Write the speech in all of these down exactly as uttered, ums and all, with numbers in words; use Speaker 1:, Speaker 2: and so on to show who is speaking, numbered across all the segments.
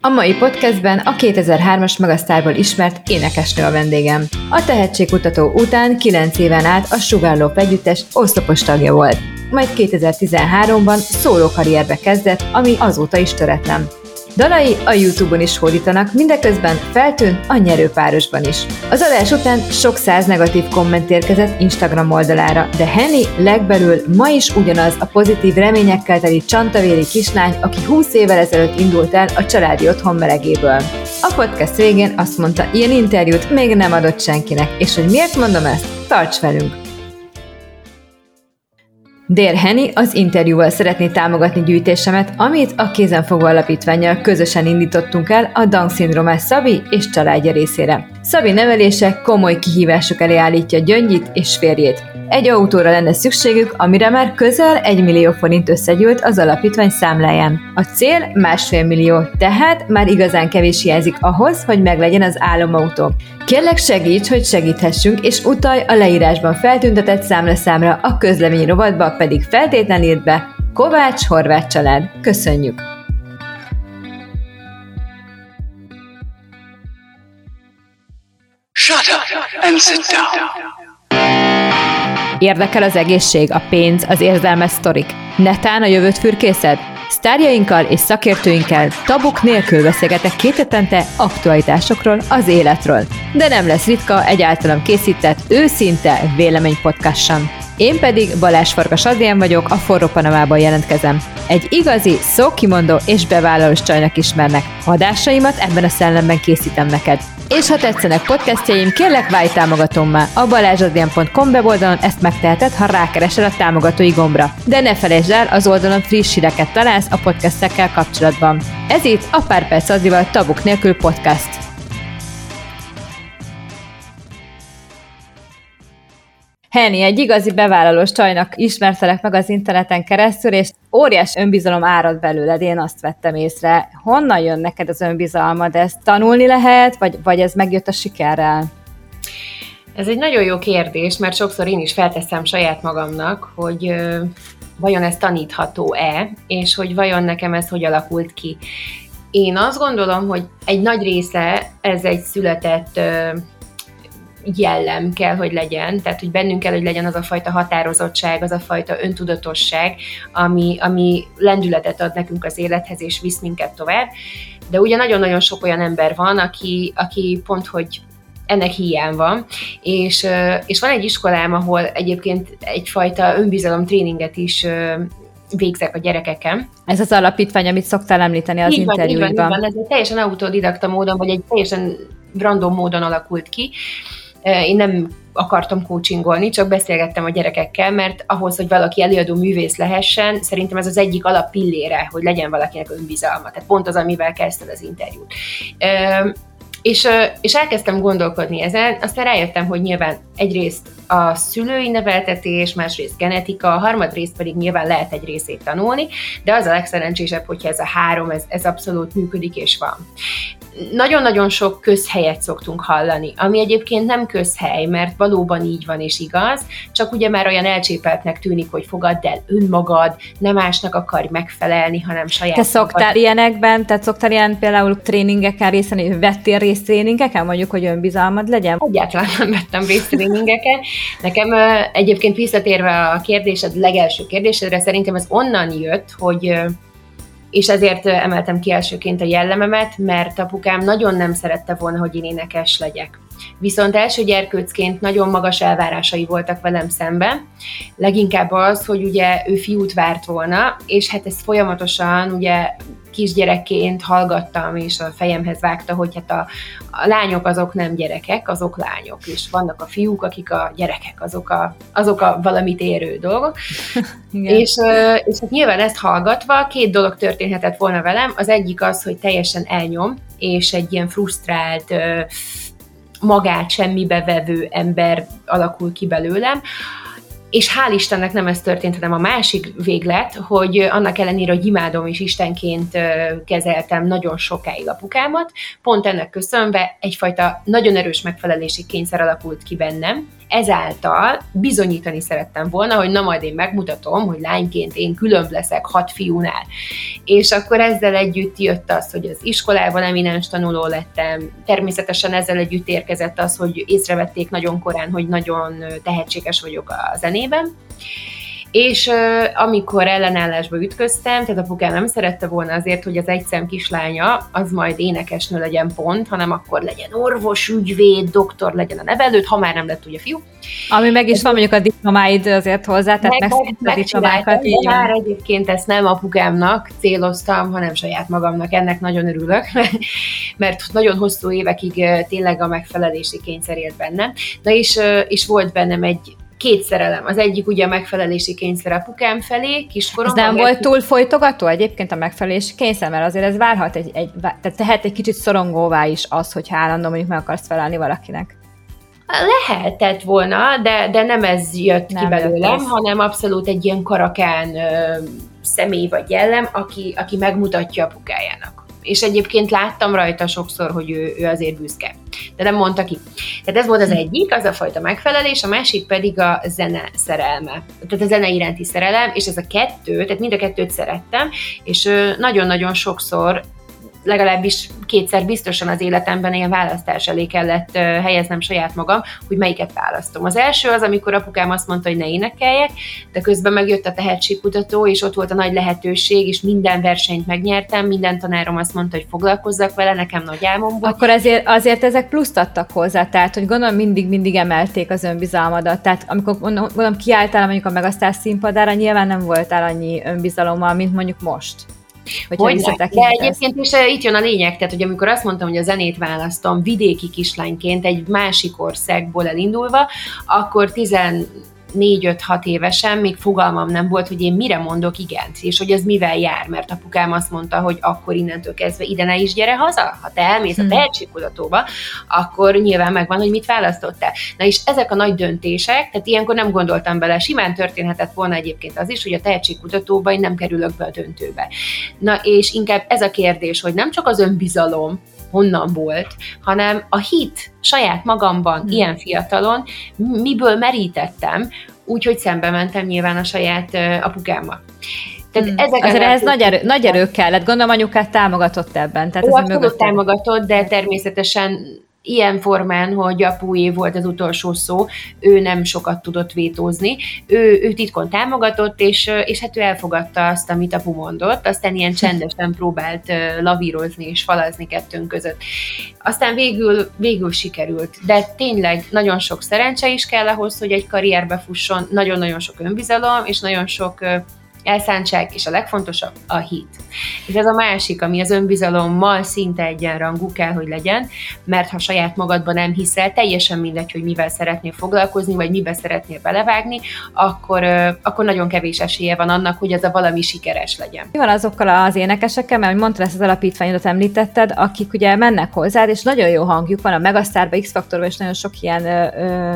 Speaker 1: A mai podcastben a kétezer-hármas Megasztárból ismert énekesnő a vendégem. A tehetségkutató után kilenc éven át a Sugarloaf együttes oszlopos tagja volt. Majd kétezer-tizenháromban szóló karrierbe kezdett, ami azóta is töretlen. Dalai a YouTube-on is hódítanak, mindeközben feltűnt a nyerőpárosban is. Az adás után sok száz negatív komment érkezett Instagram oldalára, de Henny legbelül ma is ugyanaz a pozitív reményekkel teli csantavéri kislány, aki húsz évvel ezelőtt indult el a családi otthon melegéből. A podcast végén azt mondta, ilyen interjút még nem adott senkinek, és hogy miért mondom ezt? Tarts velünk! Dear Henny az interjúval szeretné támogatni gyűjtésemet, amit a Kézenfogó Alapítvánnyal közösen indítottunk el a Down-szindrómás Szabi és családja részére. Szabi nevelése komoly kihívások elé állítja Gyöngyit és férjét. Egy autóra lenne szükségük, amire már közel egy millió forint összegyűlt az alapítvány számláján. A cél másfél millió, tehát már igazán kevés hiányzik ahhoz, hogy meglegyen az álomautó. Kérlek segíts, hogy segíthessünk, és utalj a leírásban feltüntetett számlaszámra, a közlemény rovatba pedig feltétlenül írd be Kovács Horváth család. Köszönjük!
Speaker 2: Shut up and sit down.
Speaker 1: Érdekel az egészség, a pénz, az érzelmes sztorik? Netán a jövőt fürkészed? Sztárjainkkal és szakértőinkkel tabuk nélkül beszélgetek két hetente aktualitásokról, az életről. De nem lesz ritka egy általam készített, őszinte véleménypodcast sem. Én pedig Balázs Farkas Adrián vagyok, a Forró Panamában jelentkezem. Egy igazi, szókimondó és bevállalós csajnak ismernek. Adásaimat ebben a szellemben készítem neked. És ha tetszenek podcastjaim, kérlek válj támogatómmá. A balázsadrián pont com weboldalon ezt megteheted, ha rákeresel a támogatói gombra. De ne felejtsd el, az oldalon friss híreket találsz a podcastekkel kapcsolatban. Ez itt a Pár Perc Adrival tabuk nélkül podcast. Henny, egy igazi bevállalós csajnak ismertelek meg az interneten keresztül, és óriás önbizalom árad belőled, én azt vettem észre. Honnan jön neked az önbizalmad? Ezt tanulni lehet, vagy, vagy ez megjött a sikerrel?
Speaker 3: Ez egy nagyon jó kérdés, mert sokszor én is felteszem saját magamnak, hogy ö, vajon ez tanítható-e, és hogy vajon nekem ez hogy alakult ki. Én azt gondolom, hogy egy nagy része ez egy született ö, jellem kell, hogy legyen, tehát hogy bennünk kell, hogy legyen az a fajta határozottság, az a fajta öntudatosság, ami, ami lendületet ad nekünk az élethez, és visz minket tovább. De ugye nagyon-nagyon sok olyan ember van, aki, aki pont, hogy ennek hiány van, és, és van egy iskolám, ahol egyébként egyfajta önbizalom tréninget is végzek a gyerekeken.
Speaker 1: Ez az alapítvány, amit szoktál említeni az interjúban.
Speaker 3: Így van, így van, ez egy teljesen autodidakta módon, vagy egy teljesen random módon alakult ki. Én nem akartam coachingolni, csak beszélgettem a gyerekekkel, mert ahhoz, hogy valaki előadó művész lehessen, szerintem ez az egyik alap pillére, hogy legyen valakinek önbizalma. Tehát pont az, amivel kezdted az interjút. És, és elkezdtem gondolkodni ezen, aztán rájöttem, hogy nyilván egyrészt a szülői neveltetés, másrészt genetika, a harmadrészt pedig nyilván lehet egy részét tanulni, de az a legszerencsésebb, hogyha ez a három, ez, ez abszolút működik és van. Nagyon-nagyon sok közhelyet szoktunk hallani, ami egyébként nem közhely, mert valóban így van és igaz, csak ugye már olyan elcsépeltnek tűnik, hogy fogadd el önmagad, nem másnak akarj megfelelni, hanem saját
Speaker 1: Te szoktál magad. Ilyenekben, tehát szoktál ilyen például tréningeken részt venni, vettél részt tréningeken, mondjuk, hogy önbizalmad legyen?
Speaker 3: Egyáltalán nem vettem részt tréningeken. Nekem egyébként visszatérve a kérdésed, legelső kérdésedre, szerintem ez onnan jött, hogy és ezért emeltem ki elsőként a jellememet, mert apukám nagyon nem szerette volna, hogy én énekes legyek. Viszont első gyerkőcként nagyon magas elvárásai voltak velem szemben. Leginkább az, hogy ugye ő fiút várt volna, és hát ezt folyamatosan ugye kisgyerekként hallgattam, és a fejemhez vágta, hogy hát a, a lányok azok nem gyerekek, azok lányok, és vannak a fiúk, akik a gyerekek, azok a, azok a valamit érő dolgok. és, és hát nyilván ezt hallgatva két dolog történhetett volna velem. Az egyik az, hogy teljesen elnyom, és egy ilyen frusztrált, magát semmibe vevő ember alakul ki belőlem. És hál' Istennek nem ez történt, hanem a másik véglet, hogy annak ellenére, hogy imádom és istenként kezeltem nagyon sokáig apukámat, pont ennek köszönve egyfajta nagyon erős megfelelési kényszer alakult ki bennem, ezáltal bizonyítani szerettem volna, hogy na majd én megmutatom, hogy lányként én különb leszek hat fiúnál. És akkor ezzel együtt jött az, hogy az iskolában eminens tanuló lettem, természetesen ezzel együtt érkezett az, hogy észrevették nagyon korán, hogy nagyon tehetséges vagyok a zenében, és uh, amikor ellenállásba ütköztem, tehát apukám nem szerette volna azért, hogy az egyszem kislánya az majd énekesnő legyen pont, hanem akkor legyen orvos, ügyvéd, doktor legyen a nevelőd, ha már nem lett ugye fiú.
Speaker 1: Ami meg is van mondjuk a diplomáid azért hozzá, tehát meg, meg a diplomákat.
Speaker 3: Így már egyébként ezt nem apukámnak céloztam, hanem saját magamnak, ennek nagyon örülök, mert nagyon hosszú évekig tényleg a megfelelési kényszer élt bennem. Na és, és volt bennem egy két szerelem. Az egyik ugye a megfelelési kényszer apukám felé, kiskoromban.
Speaker 1: Ez nem volt túl folytogató egyébként a megfelelési kényszer, mert azért ez várhat egy, egy tehát tehet egy kicsit szorongóvá is az, hogyha állandóan mondjuk meg akarsz felelni valakinek.
Speaker 3: Lehetett volna, de, de nem ez jött nem ki belőlem,
Speaker 1: ez.
Speaker 3: hanem abszolút egy ilyen karakán ö, személy vagy jellem, aki, aki megmutatja apukájának. És egyébként láttam rajta sokszor, hogy ő, ő azért büszke. De nem mondta ki. Tehát ez volt az egyik, az a fajta megfelelés, a másik pedig a zene szerelme. Tehát a zene iránti szerelem, és ez a kettő, tehát mind a kettőt szerettem, és nagyon-nagyon sokszor, legalábbis kétszer biztosan az életemben ilyen választás elé kellett uh, helyeznem saját magam, hogy melyiket választom. Az első az, amikor apukám azt mondta, hogy ne énekeljek, de közben megjött a tehetségkutató, és ott volt a nagy lehetőség, és minden versenyt megnyertem, minden tanárom azt mondta, hogy foglalkozzak vele, nekem nagy álmom volt.
Speaker 1: Akkor azért, azért ezek pluszt adtak hozzá, tehát hogy gondolom mindig-mindig emelték az önbizalmadat, tehát amikor gondolom kiálltál mondjuk a Megasztár színpadára, nyilván nem voltál annyi önbizalommal, mint mondjuk most.
Speaker 3: Hogy de egyébként is itt jön a lényeg, tehát hogy amikor azt mondtam, hogy a zenét választom vidéki kislányként egy másik országból elindulva, akkor tizennégy öt hat évesen még fogalmam nem volt, hogy én mire mondok igent, és hogy ez mivel jár, mert apukám azt mondta, hogy akkor innentől kezdve ide ne is gyere haza, ha te elmész hmm. a tehetségkutatóba, akkor nyilván megvan, hogy mit választottál. Na és ezek a nagy döntések, tehát ilyenkor nem gondoltam bele, simán történhetett volna egyébként az is, hogy a tehetségkutatóba én nem kerülök be a döntőbe. Na és inkább ez a kérdés, hogy nem csak az önbizalom honnan volt, hanem a hit saját magamban, hmm. ilyen fiatalon, miből merítettem, úgyhogy szembe mentem nyilván a saját uh, apukámmal. Tehát hmm. ezek
Speaker 1: azért ehhez nagy erő, nagy erő kellett, gondolom anyukát támogatott ebben. Tehát
Speaker 3: Ó, abszolút támogatott, de természetesen ilyen formán, hogy apué volt az utolsó szó, ő nem sokat tudott vétózni, ő, ő titkon támogatott, és, és hát ő elfogadta azt, amit apu mondott, aztán ilyen csendesen próbált lavírozni és falazni kettőnk között. Aztán végül, végül sikerült, de tényleg nagyon sok szerencse is kell ahhoz, hogy egy karrierbe fusson, nagyon-nagyon sok önbizalom, és nagyon sok elszántság, és a legfontosabb a hit. És ez a másik, ami az önbizalommal szinte egyenrangú kell, hogy legyen, mert ha saját magadban nem hiszel, teljesen mindegy, hogy mivel szeretnél foglalkozni, vagy mibe szeretnél belevágni, akkor, akkor nagyon kevés esélye van annak, hogy az a valami sikeres legyen.
Speaker 1: Mi van azokkal az énekesekkel, mert mondtad ezt az alapítványodat említetted, akik ugye mennek hozzád, és nagyon jó hangjuk van, a Megasztárban, X-Faktorban, és nagyon sok ilyen ö, ö,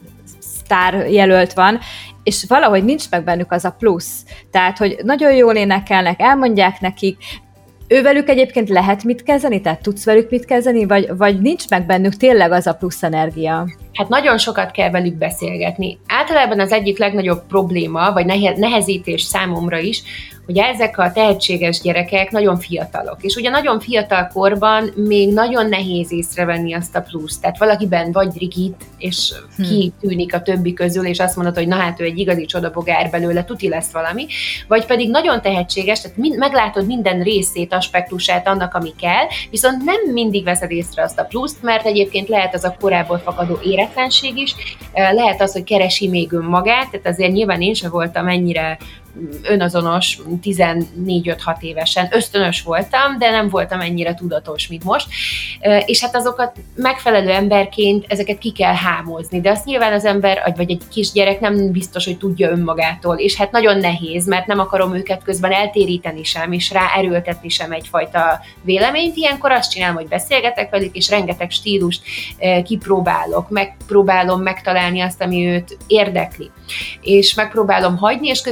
Speaker 1: sztár jelölt van, és valahogy nincs meg bennük az a plusz. Tehát, hogy nagyon jól énekelnek, elmondják nekik, ővelük egyébként lehet mit kezdeni? Tehát tudsz velük mit kezdeni? Vagy, vagy nincs meg bennük tényleg az a plusz energia?
Speaker 3: Hát nagyon sokat kell velük beszélgetni. Általában az egyik legnagyobb probléma, vagy nehezítés számomra is, hogy ezek a tehetséges gyerekek nagyon fiatalok. És ugye nagyon fiatal korban még nagyon nehéz észrevenni azt a pluszt. Tehát valakiben vagy rigít, és hmm. kitűnik a többi közül, és azt mondod, hogy na hát ő egy igazi csodabogár belőle, tuti lesz valami. Vagy pedig nagyon tehetséges, tehát mind, meglátod minden részét, aspektusát annak, ami kell, viszont nem mindig veszed észre azt a pluszt, mert egyébként lehet az a korából fakadó éretlenség is, lehet az, hogy keresi még önmagát, tehát azért nyilván én sem voltam ennyire önazonos tizennégy öt hat évesen, ösztönös voltam, de nem voltam ennyire tudatos, mint most, és hát azokat megfelelő emberként ezeket ki kell hámozni, de azt nyilván az ember, vagy egy kisgyerek nem biztos, hogy tudja önmagától, és hát nagyon nehéz, mert nem akarom őket közben eltéríteni sem, és ráerőltetni sem egyfajta véleményt, ilyenkor azt csinálom, hogy beszélgetek velük, és rengeteg stílust kipróbálok, megpróbálom megtalálni azt, ami őt érdekli, és megpróbálom hagyni, és közben gondolkodom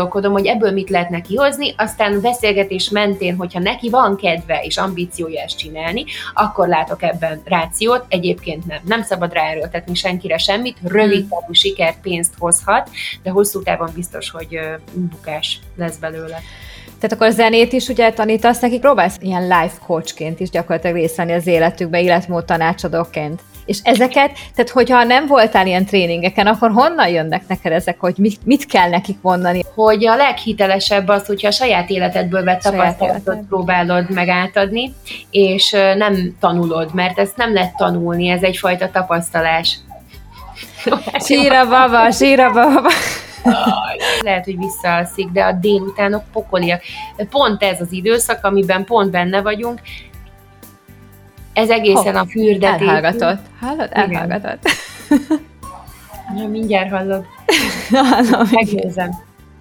Speaker 3: gondolkodom, hogy ebből mit lehetne kihozni, aztán beszélgetés mentén, hogyha neki van kedve és ambíciója ezt csinálni, akkor látok ebben rációt, egyébként nem. Nem szabad ráerőltetni senkire semmit, rövid távú sikert, pénzt hozhat, de hosszú távon biztos, hogy bukás lesz belőle.
Speaker 1: Tehát akkor a zenét is ugye tanítasz nekik, próbálsz ilyen life coachként is gyakorlatilag részt venni az életükbe, életmód tanácsadóként. És ezeket, tehát hogyha nem voltál ilyen tréningeken, akkor honnan jönnek neked ezek, hogy mit, mit kell nekik mondani?
Speaker 3: Hogy a leghitelesebb az, hogyha a saját életedből vett tapasztalatot próbálod meg átadni, és nem tanulod, mert ezt nem lehet tanulni, ez egyfajta tapasztalás.
Speaker 1: Síra baba, síra baba.
Speaker 3: Lehet, hogy visszaalszik, de a délutánok pokoliak. Pont ez az időszak, amiben pont benne vagyunk, ez egészen Hopp, a fürdetés.
Speaker 1: Elhallgatott. Hallod? Elhallgatott.
Speaker 3: Ja, mindjárt hallod.
Speaker 1: Hallom.
Speaker 3: Megnézem.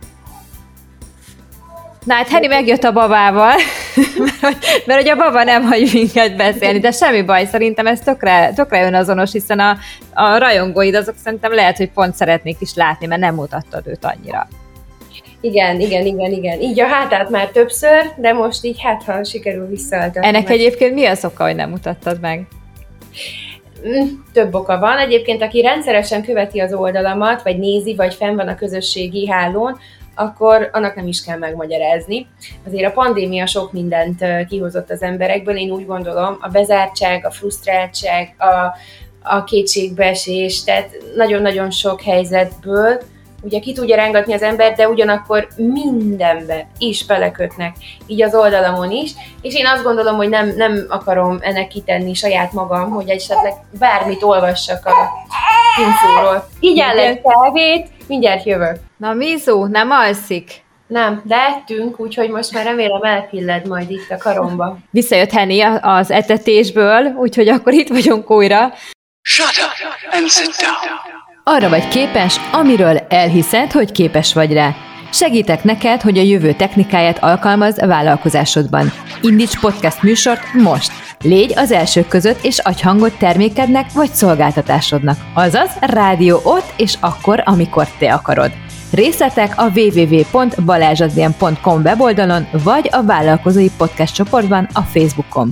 Speaker 1: Na hát Henny megjött a babával, mert, mert hogy a baba nem hagy minket beszélni, de semmi baj, szerintem ez tökre, tökre önazonos, hiszen a, a rajongóid azok szerintem lehet, hogy pont szeretnék is látni, mert nem mutattad őt annyira.
Speaker 3: Igen, igen, igen, igen. Így a hátát már többször, de most így hát, ha sikerül visszaaltatni.
Speaker 1: Ennek meg. Egyébként mi az oka, hogy nem mutattad meg?
Speaker 3: Több oka van. Egyébként, aki rendszeresen követi az oldalamat, vagy nézi, vagy fenn van a közösségi hálón, akkor annak nem is kell megmagyarázni. Azért a pandémia sok mindent kihozott az emberekből, én úgy gondolom, a bezártság, a frusztráltság, a, a kétségbeesés, tehát nagyon-nagyon sok helyzetből ugye ki tudja rángatni az ember, de ugyanakkor mindenbe is belekötnek, így az oldalamon is, és én azt gondolom, hogy nem, nem akarom ennek kitenni saját magam, hogy esetleg bármit olvassak a infóról. Így áll egy kávét, mindjárt jövök.
Speaker 1: Na Mizu, nem alszik?
Speaker 3: Nem, de ettünk, úgyhogy most már remélem elpilled majd itt a karomba.
Speaker 1: Visszajött Henny az etetésből, úgyhogy akkor itt vagyunk újra.
Speaker 2: Shut up and sit down.
Speaker 1: Arra vagy képes, amiről elhiszed, hogy képes vagy rá. Segítek neked, hogy a jövő technikáját alkalmazd a vállalkozásodban. Indíts podcast műsort most! Légy az elsők között, és adj hangot termékednek vagy szolgáltatásodnak. Azaz, rádió ott és akkor, amikor te akarod. Részletek a double-u double-u double-u pont balázsadrián pont com weboldalon, vagy a vállalkozói podcast csoportban a Facebookon.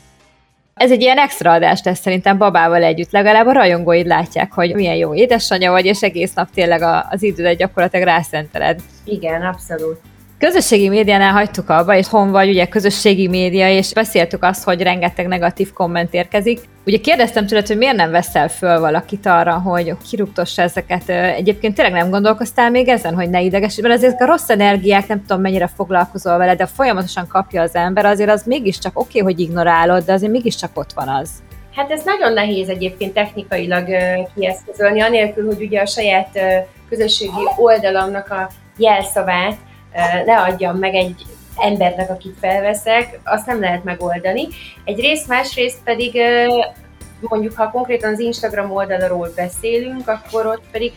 Speaker 1: Ez egy ilyen extra adás lesz szerintem babával együtt, legalább a rajongóid látják, hogy milyen jó édesanyja vagy, és egész nap tényleg az idődet gyakorlatilag rászenteled.
Speaker 3: Igen, abszolút.
Speaker 1: Közösségi médiánál hagytuk abba, és hon vagy ugye közösségi média, és beszéltük azt, hogy rengeteg negatív komment érkezik. Ugye kérdeztem tőled, hogy miért nem veszel föl valakit arra, hogy kirúgtossa ezeket. Egyébként tényleg nem gondolkoztál még ezen, hogy ne idegesíts, mert azért a rossz energiák, nem tudom mennyire foglalkozol vele, de folyamatosan kapja az ember, azért az mégiscsak oké, okay, hogy ignorálod, de azért mégiscsak ott van az.
Speaker 3: Hát ez nagyon nehéz egyébként technikailag kieszközölni, anélkül, hogy ugye a saját közösségi oldalamnak a jelszavát leadjam meg egy embernek, akit felveszek, azt nem lehet megoldani. Egyrészt, másrészt pedig mondjuk, ha konkrétan az Instagram oldalról beszélünk, akkor ott pedig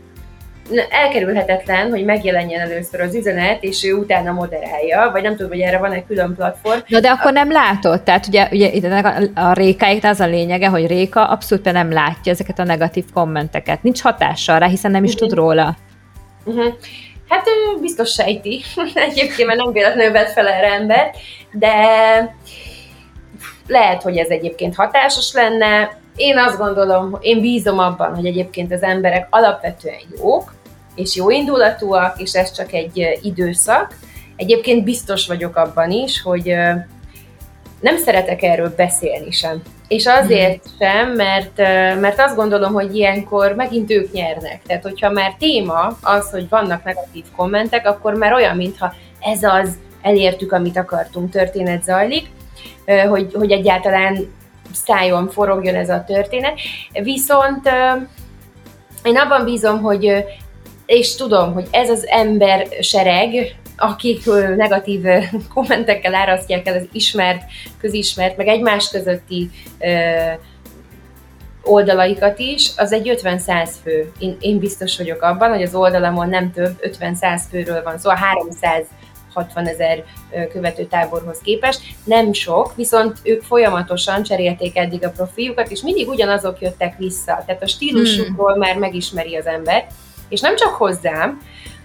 Speaker 3: elkerülhetetlen, hogy megjelenjen először az üzenet, és ő utána moderálja, vagy nem tudom, hogy erre van egy külön platform.
Speaker 1: Na de akkor nem látod, tehát ugye, ugye a, a Rékáiknál az a lényege, hogy Réka abszolút nem látja ezeket a negatív kommenteket. Nincs hatással rá, hiszen nem is uh-huh. tud róla.
Speaker 3: Uh-huh. Hát ő biztos sejti, egyébként mert nem véletlenül vett fel erre embert, de lehet, hogy ez egyébként hatásos lenne. Én azt gondolom, én bízom abban, hogy egyébként az emberek alapvetően jók, és jó indulatúak, és ez csak egy időszak. Egyébként biztos vagyok abban is, hogy nem szeretek erről beszélni sem. És azért sem, mert, mert azt gondolom, hogy ilyenkor megint ők nyernek. Tehát, hogyha már téma az, hogy vannak negatív kommentek, akkor már olyan, mintha ez az, elértük, amit akartunk, történet zajlik, hogy, hogy egyáltalán szálljon, forogjon ez a történet. Viszont én abban bízom, hogy, és tudom, hogy ez az ember sereg, akik negatív kommentekkel árasztják el az ismert, közismert, meg egymás közötti oldalaikat is, az egy ötven-száz fő. Én, én biztos vagyok abban, hogy az oldalamon nem több ötven-száz főről van szó, szóval háromszázhatvan ezer követőtáborhoz képest. Nem sok, viszont ők folyamatosan cserélték eddig a profiljukat, és mindig ugyanazok jöttek vissza. Tehát a stílusukról hmm. már megismeri az ember. És nem csak hozzám,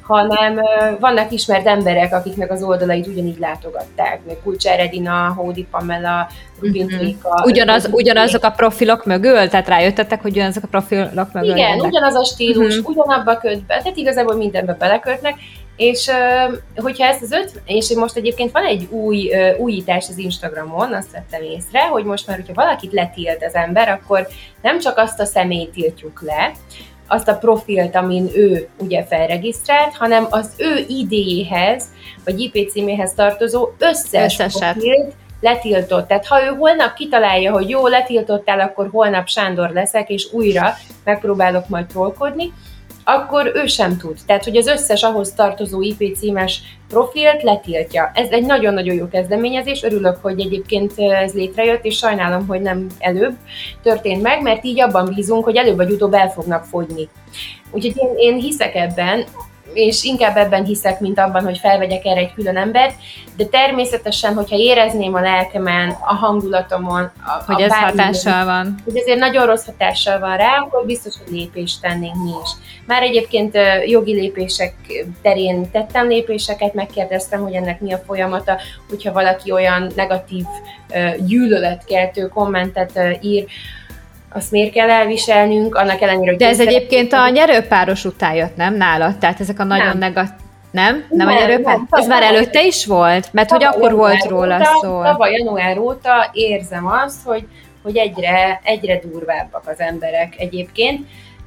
Speaker 3: hanem vannak ismert emberek, akiknek az oldalait ugyanígy látogatták. Kulcsár Edina, Hódi Pamela, Rubin Tréka.
Speaker 1: Mm-hmm. Ugyanaz, ugyanazok a profilok mögül? Tehát rájöttetek, hogy ugyanazok a profilok mögül?
Speaker 3: Igen,
Speaker 1: jönnek?
Speaker 3: Ugyanaz a stílus,
Speaker 1: mm-hmm.
Speaker 3: ugyanabba köt be, tehát igazából mindenbe belekötnek, és hogyha ezt az öt, és most egyébként van egy új újítás az Instagramon, azt vettem észre, hogy most már, hogyha valakit letilt az ember, akkor nem csak azt a személyt tiltjuk le, azt a profilt, amin ő ugye felregisztrált, hanem az ő idéjéhez, vagy I P címéhez tartozó összes
Speaker 1: Összeset.
Speaker 3: profilt letiltott. Tehát ha ő holnap kitalálja, hogy jó, letiltottál, akkor holnap Sándor leszek, és újra megpróbálok majd trollkodni, akkor ő sem tud. Tehát, hogy az összes ahhoz tartozó I P címes profilt letiltja. Ez egy nagyon-nagyon jó kezdeményezés, örülök, hogy egyébként ez létrejött, és sajnálom, hogy nem előbb történt meg, mert így abban bízunk, hogy előbb vagy utóbb el fognak fogyni. Úgyhogy én, én hiszek ebben, és inkább ebben hiszek, mint abban, hogy felvegyek erre egy külön embert, de természetesen, hogyha érezném a lelkemen, a hangulatomon, a,
Speaker 1: hogy
Speaker 3: a
Speaker 1: ez
Speaker 3: bármilyen,
Speaker 1: hatással van.
Speaker 3: hogy ezért nagyon rossz hatással van rá, akkor biztos, hogy lépést tennénk mi is. Már egyébként jogi lépések terén tettem lépéseket, megkérdeztem, hogy ennek mi a folyamata, hogyha valaki olyan negatív, gyűlöletkeltő kommentet ír, azt miért kell elviselnünk, annak ellenére, hogy...
Speaker 1: De ez egyébként a nyerőpáros után jött, nem nálad? Tehát ezek a nagyon negatív... Nem? Nem, nem a nyerőpáros? Ez már előtte is volt? Mert hogy akkor volt róla szó.
Speaker 3: Tavaly január óta érzem azt, hogy, hogy egyre, egyre durvábbak az emberek egyébként.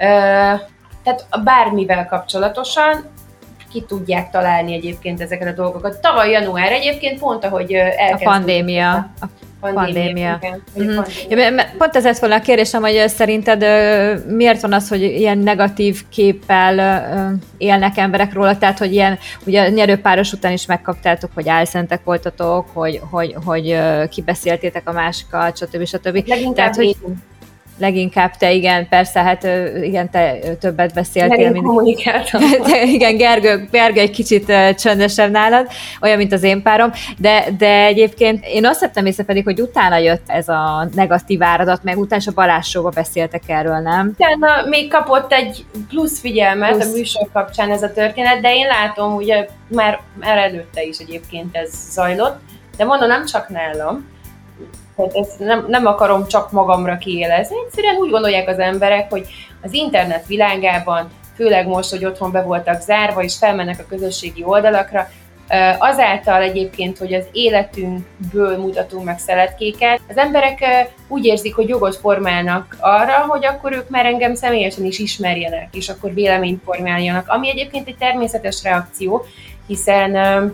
Speaker 3: Tehát bármivel kapcsolatosan ki tudják találni egyébként ezeket a dolgokat. Tavaly január egyébként pont, ahogy elkezdődött.
Speaker 1: A pandémia. A pandémia. Mm-hmm. Ja, pont ez lett volna a kérdésem, hogy szerinted miért van az, hogy ilyen negatív képpel élnek emberek róla, tehát hogy ilyen, ugye a nyerőpáros után is megkaptátok, hogy álszentek voltatok, hogy, hogy, hogy kibeszéltétek a másikat, stb. stb.
Speaker 3: Leginkább
Speaker 1: tehát, hogy leginkább te, igen, persze, hát igen, te többet beszéltél.
Speaker 3: Mint... kommunikáltam.
Speaker 1: Igen, Gergő, Gergő egy kicsit csöndesebb nálad, olyan, mint az én párom, de, de egyébként én azt vettem észre pedig, hogy utána jött ez a negatív áradat, meg utána is a Balázs Show-ba beszéltek erről, nem?
Speaker 3: Utána még kapott egy plusz figyelmet plusz. A műsor kapcsán ez a történet, de én látom, ugye már, már előtte is egyébként ez zajlott, de mondom, nem csak nálam, tehát ezt nem, nem akarom csak magamra kiélezni. Egyszerűen úgy gondolják az emberek, hogy az internet világában, főleg most, hogy otthon be voltak zárva, és felmennek a közösségi oldalakra, azáltal egyébként, hogy az életünkből mutatunk meg szeletkéket, az emberek úgy érzik, hogy jogot formálnak arra, hogy akkor ők már engem személyesen is ismerjenek, és akkor véleményt formáljanak, ami egyébként egy természetes reakció, hiszen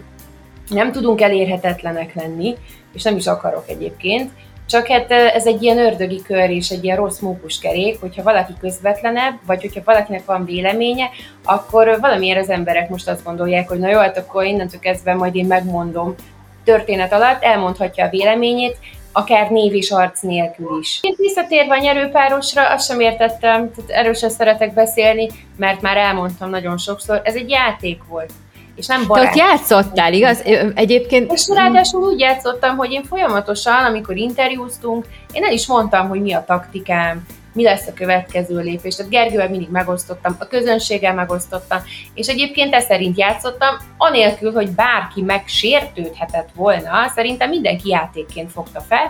Speaker 3: nem tudunk elérhetetlenek lenni, és nem is akarok egyébként, csak hát ez egy ilyen ördögi kör és egy ilyen rossz mókuskerék, hogyha valaki közvetlenebb, vagy hogyha valakinek van véleménye, akkor valamiért az emberek most azt gondolják, hogy na jó, hát akkor innentől kezdve majd én megmondom történet alatt, elmondhatja a véleményét, akár név és arc nélkül is. Én visszatérve a nyerőpárosra, azt sem értettem, tehát erről sem szeretek beszélni, mert már elmondtam nagyon sokszor, ez egy játék volt. És nem barát.
Speaker 1: Te ott játszottál, igaz? Egyébként...
Speaker 3: És ráadásul úgy játszottam, hogy én folyamatosan, amikor interjúztunk, én el is mondtam, hogy mi a taktikám, mi lesz a következő lépés. Tehát Gergővel mindig megosztottam, a közönséggel megosztottam, és egyébként ezt szerint játszottam, anélkül, hogy bárki megsértődhetett volna, szerintem mindenki játékként fogta fel,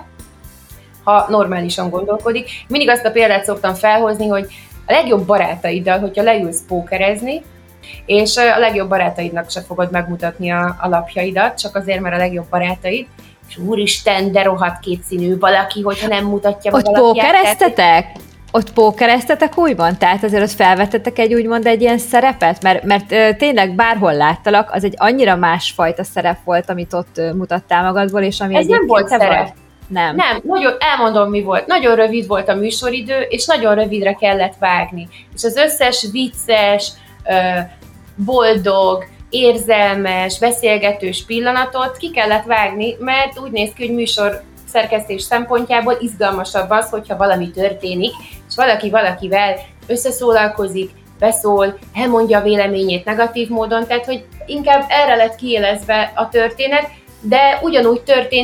Speaker 3: ha normálisan gondolkodik. Mindig azt a példát szoktam felhozni, hogy a legjobb barátaiddal, hogyha leülsz pókerezni, és a legjobb barátaidnak se fogod megmutatni a, a lapjaidat, csak azért, mert a legjobb barátaid, és úristen, de rohadt kétszínű valaki, hogyha nem mutatja meg
Speaker 1: ott a lapját. Ott pókereztetek? Ott pókereztetek újban? Tehát azért ott felvettetek egy úgymond egy ilyen szerepet? Mert, mert uh, tényleg bárhol láttalak, az egy annyira másfajta szerep volt, amit ott uh, mutattál magadból, és ami
Speaker 3: ez nem volt szerep. Vagy.
Speaker 1: Nem.
Speaker 3: Nem, nagyon, elmondom, mi volt. Nagyon rövid volt a műsoridő, és nagyon rövidre kellett vágni. És az összes vicces, boldog, érzelmes, beszélgetős pillanatot ki kellett vágni, mert úgy néz ki, hogy műsor szerkesztés szempontjából izgalmasabb az, hogyha valami történik, és valaki valakivel összeszólalkozik, beszól, elmondja a véleményét negatív módon, tehát hogy inkább erre lett kiélezve a történet, de ugyanúgy történt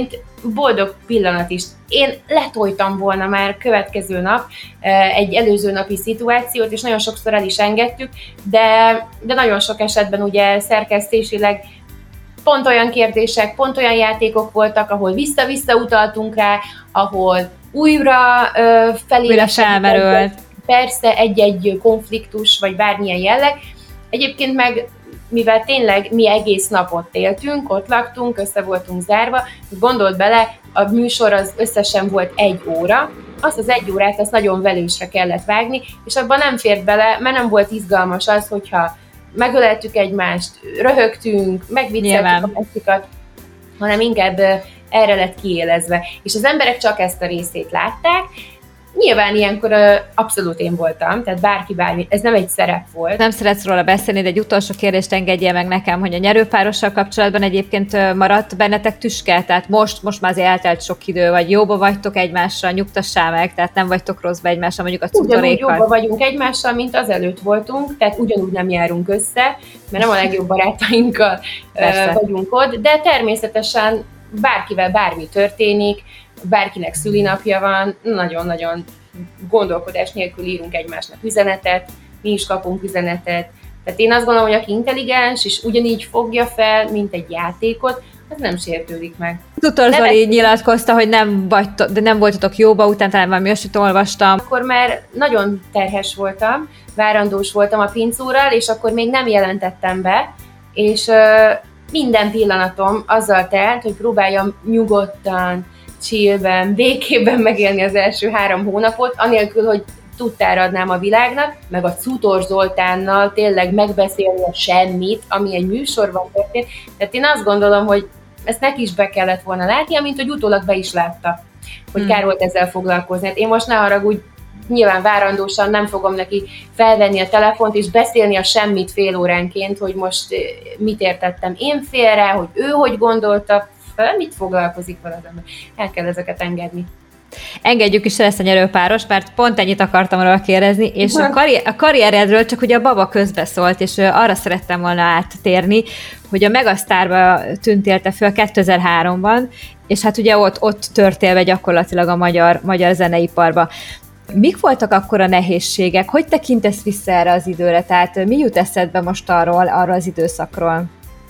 Speaker 3: boldog pillanat is. Én letoltam volna már következő nap egy előző napi szituációt, és nagyon sokszor el is engedtük, de, de nagyon sok esetben ugye szerkesztésileg pont olyan kérdések, pont olyan játékok voltak, ahol vissza-vissza utaltunk rá, ahol újra uh, felé
Speaker 1: felmerült.
Speaker 3: Persze egy-egy konfliktus, vagy bármilyen jelleg. Egyébként meg, mivel tényleg mi egész napot éltünk, ott laktunk, össze voltunk zárva, gondold bele, a műsor az összesen volt egy óra, azt az egy órát azt nagyon velősre kellett vágni, és abban nem fért bele, mert nem volt izgalmas az, hogyha megöleltük egymást, röhögtünk, megvicceltük a másikat, hanem inkább erre lett kiélezve. És az emberek csak ezt a részét látták. Nyilván ilyenkor abszolút én voltam, tehát bárki bármi, ez nem egy szerep volt.
Speaker 1: Nem szeretsz róla beszélni, de egy utolsó kérdést engedjél meg nekem, hogy a nyerőpárossal kapcsolatban egyébként maradt bennetek tüske, tehát most, most már azért eltelt sok idő, vagy jóba vagytok egymással, nyugtassál meg, tehát nem vagytok rosszba egymással, mondjuk a cukorékkal.
Speaker 3: Ugyanúgy jóba vagyunk egymással, mint azelőtt voltunk, tehát ugyanúgy nem járunk össze, mert nem a legjobb barátainkkal Persze. vagyunk ott, de természetesen bárkivel bármi történik, bárkinek szülinapja van, nagyon-nagyon gondolkodás nélkül írunk egymásnak üzenetet, mi is kapunk üzenetet. Tehát én azt gondolom, hogy aki intelligens, és ugyanígy fogja fel, mint egy játékot, az nem sértődik meg.
Speaker 1: Tutor Zoli nyilatkozta, hogy nem, vagytok, de nem voltatok jóba, után talán valami olyasmit olvastam.
Speaker 3: Akkor már nagyon terhes voltam, várandós voltam a pincúrral, és akkor még nem jelentettem be, és uh, minden pillanatom azzal telt, hogy próbáljam nyugodtan, chillben, békében megélni az első három hónapot, anélkül, hogy tudtára adnám a világnak, meg a Cutor Zoltánnal tényleg megbeszélni a semmit, ami egy műsorban történt. Tehát én azt gondolom, hogy ezt neki is be kellett volna látnia, mint hogy utólag be is látta, hogy hmm. kár volt ezzel foglalkozni. Hát én most ne haragudj, nyilván várandósan nem fogom neki felvenni a telefont és beszélni a semmit fél óránként, hogy most mit értettem én félre, hogy ő hogy gondolta, mit foglalkozik vele az ember. El kell ezeket engedni.
Speaker 1: Engedjük is el ezt a nyerőpáros, mert pont ennyit akartam róla kérdezni, és a, karri- a karrieredről csak ugye a baba közbeszólt, és arra szerettem volna áttérni, hogy a Megasztárba tűntél te föl kétezer-háromban, és hát ugye ott, ott törtél be gyakorlatilag a magyar, magyar zeneiparba. Mik voltak akkor a nehézségek? Hogy tekintesz vissza erre az időre? Tehát mi jut eszedbe most arról, arról az időszakról?